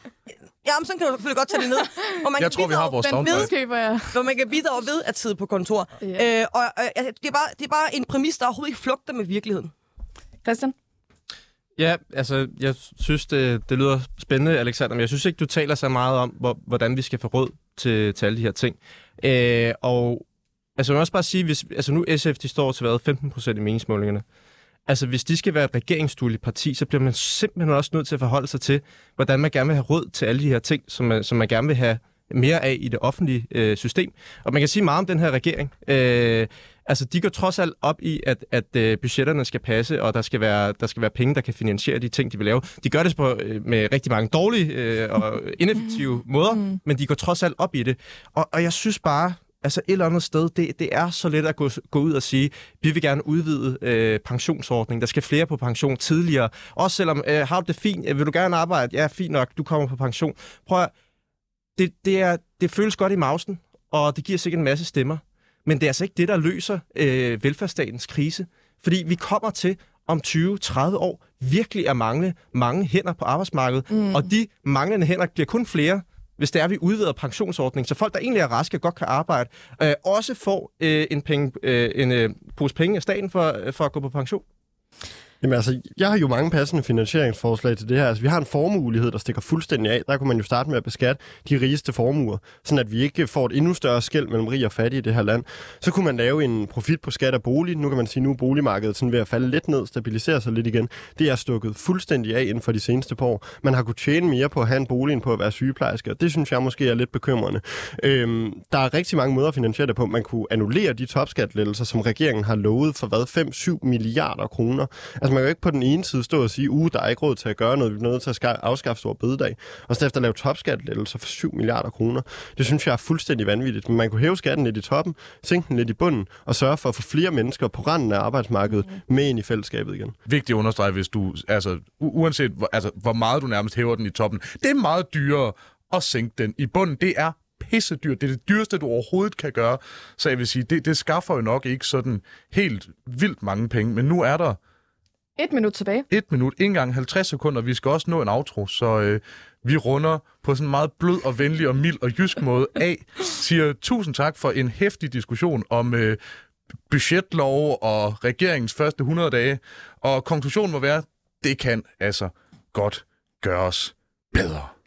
[SPEAKER 3] Jamen, sådan kan du selvfølgelig godt tage det ned. Hvor man
[SPEAKER 1] jeg tror, vi har vores
[SPEAKER 2] soundtrack.
[SPEAKER 3] Hvor man kan bidrage ved at sidde på kontor. Yeah. Øh, og øh, det, er bare, det er bare en præmis, der overhovedet ikke flugter med virkeligheden.
[SPEAKER 2] Christian?
[SPEAKER 5] Ja, altså, jeg synes, det, det lyder spændende, Alexander, men jeg synes ikke, du taler så meget om, hvor, hvordan vi skal få råd til, til alle de her ting. Øh, og altså, jeg må også bare sige, hvis, altså nu S F, de står til hvad, femten procent i meningsmålingerne. Altså, hvis de skal være et regeringsdueligt parti, så bliver man simpelthen også nødt til at forholde sig til, hvordan man gerne vil have råd til alle de her ting, som man, som man gerne vil have mere af i det offentlige øh, system. Og man kan sige meget om den her regering. Øh, altså, de går trods alt op i, at, at øh, budgetterne skal passe, og der skal, være, der skal være penge, der kan finansiere de ting, de vil lave. De gør det på, øh, med rigtig mange dårlige øh, og ineffektive måder, mm. men de går trods alt op i det. Og, og jeg synes bare, altså et eller andet sted, det, det er så let at gå, gå ud og sige, vi vil gerne udvide øh, pensionsordningen, der skal flere på pension tidligere. Også selvom, øh, har du det fint, vil du gerne arbejde? Ja, fint nok, du kommer på pension. Prøv at, det, det, er, det føles godt i mausen, og det giver sikkert en masse stemmer. Men det er altså ikke det, der løser øh, velfærdsstatens krise. Fordi vi kommer til om tyve til tredive år virkelig at mangle mange hænder på arbejdsmarkedet. Mm. Og de manglende hænder bliver kun flere, hvis det er, vi udvider pensionsordningen, så folk, der egentlig er raske og godt kan arbejde, øh, også får øh, en, penge, øh, en øh, pose penge af staten for, øh, for at gå på pension.
[SPEAKER 4] Jamen altså, jeg har jo mange passende finansieringsforslag til det her. Altså, vi har en formueulighed, der stikker fuldstændig af. Der kunne man jo starte med at beskatte de rigeste formuer, sådan at vi ikke får et endnu større skel mellem rig og fattig i det her land. Så kunne man lave en profit på skat af bolig. Nu kan man sige, nu er boligmarkedet sådan ved at falde lidt ned, stabilisere sig lidt igen. Det er stukket fuldstændig af inden for de seneste par år. Man har kunnet tjene mere på at have en bolig end på at være sygeplejerske, og det synes jeg måske er lidt bekymrende. Øhm, der er rigtig mange måder at finansiere det på. Man kunne annullere de topskatlettelser, som regeringen har lovet for hvad, fem til syv milliarder kroner. Altså, man kan jo ikke på den ene side stå og sige, uh, der er ikke råd til at gøre noget, vi er nødt til at afskaffe store bededag, og så efter at lave topskattelettelser for syv milliarder kroner. Det synes jeg er fuldstændig vanvittigt. Men man kunne hæve skatten lidt i toppen, sænke den lidt i bunden, og sørge for at få flere mennesker på randen af arbejdsmarkedet med ind i fællesskabet igen.
[SPEAKER 1] Vigtigt at understrege, hvis du, altså, u- uanset hvor, altså, hvor meget du nærmest hæver den i toppen, det er meget dyrere at sænke den i bunden. Det er pisse dyrt. Det er det dyreste, du overhovedet kan gøre. Så jeg vil sige, det, det skaffer jo nok ikke sådan helt vildt mange penge, men nu er der
[SPEAKER 2] Et minut tilbage.
[SPEAKER 1] Et minut, ikke engang halvtreds sekunder. Vi skal også nå en outro, så øh, vi runder på sådan en meget blød og venlig og mild og jysk måde af. Siger tusind tak for en heftig diskussion om øh, budgetlov og regeringens første hundrede dage. Og konklusionen må være, det kan altså godt gøres bedre.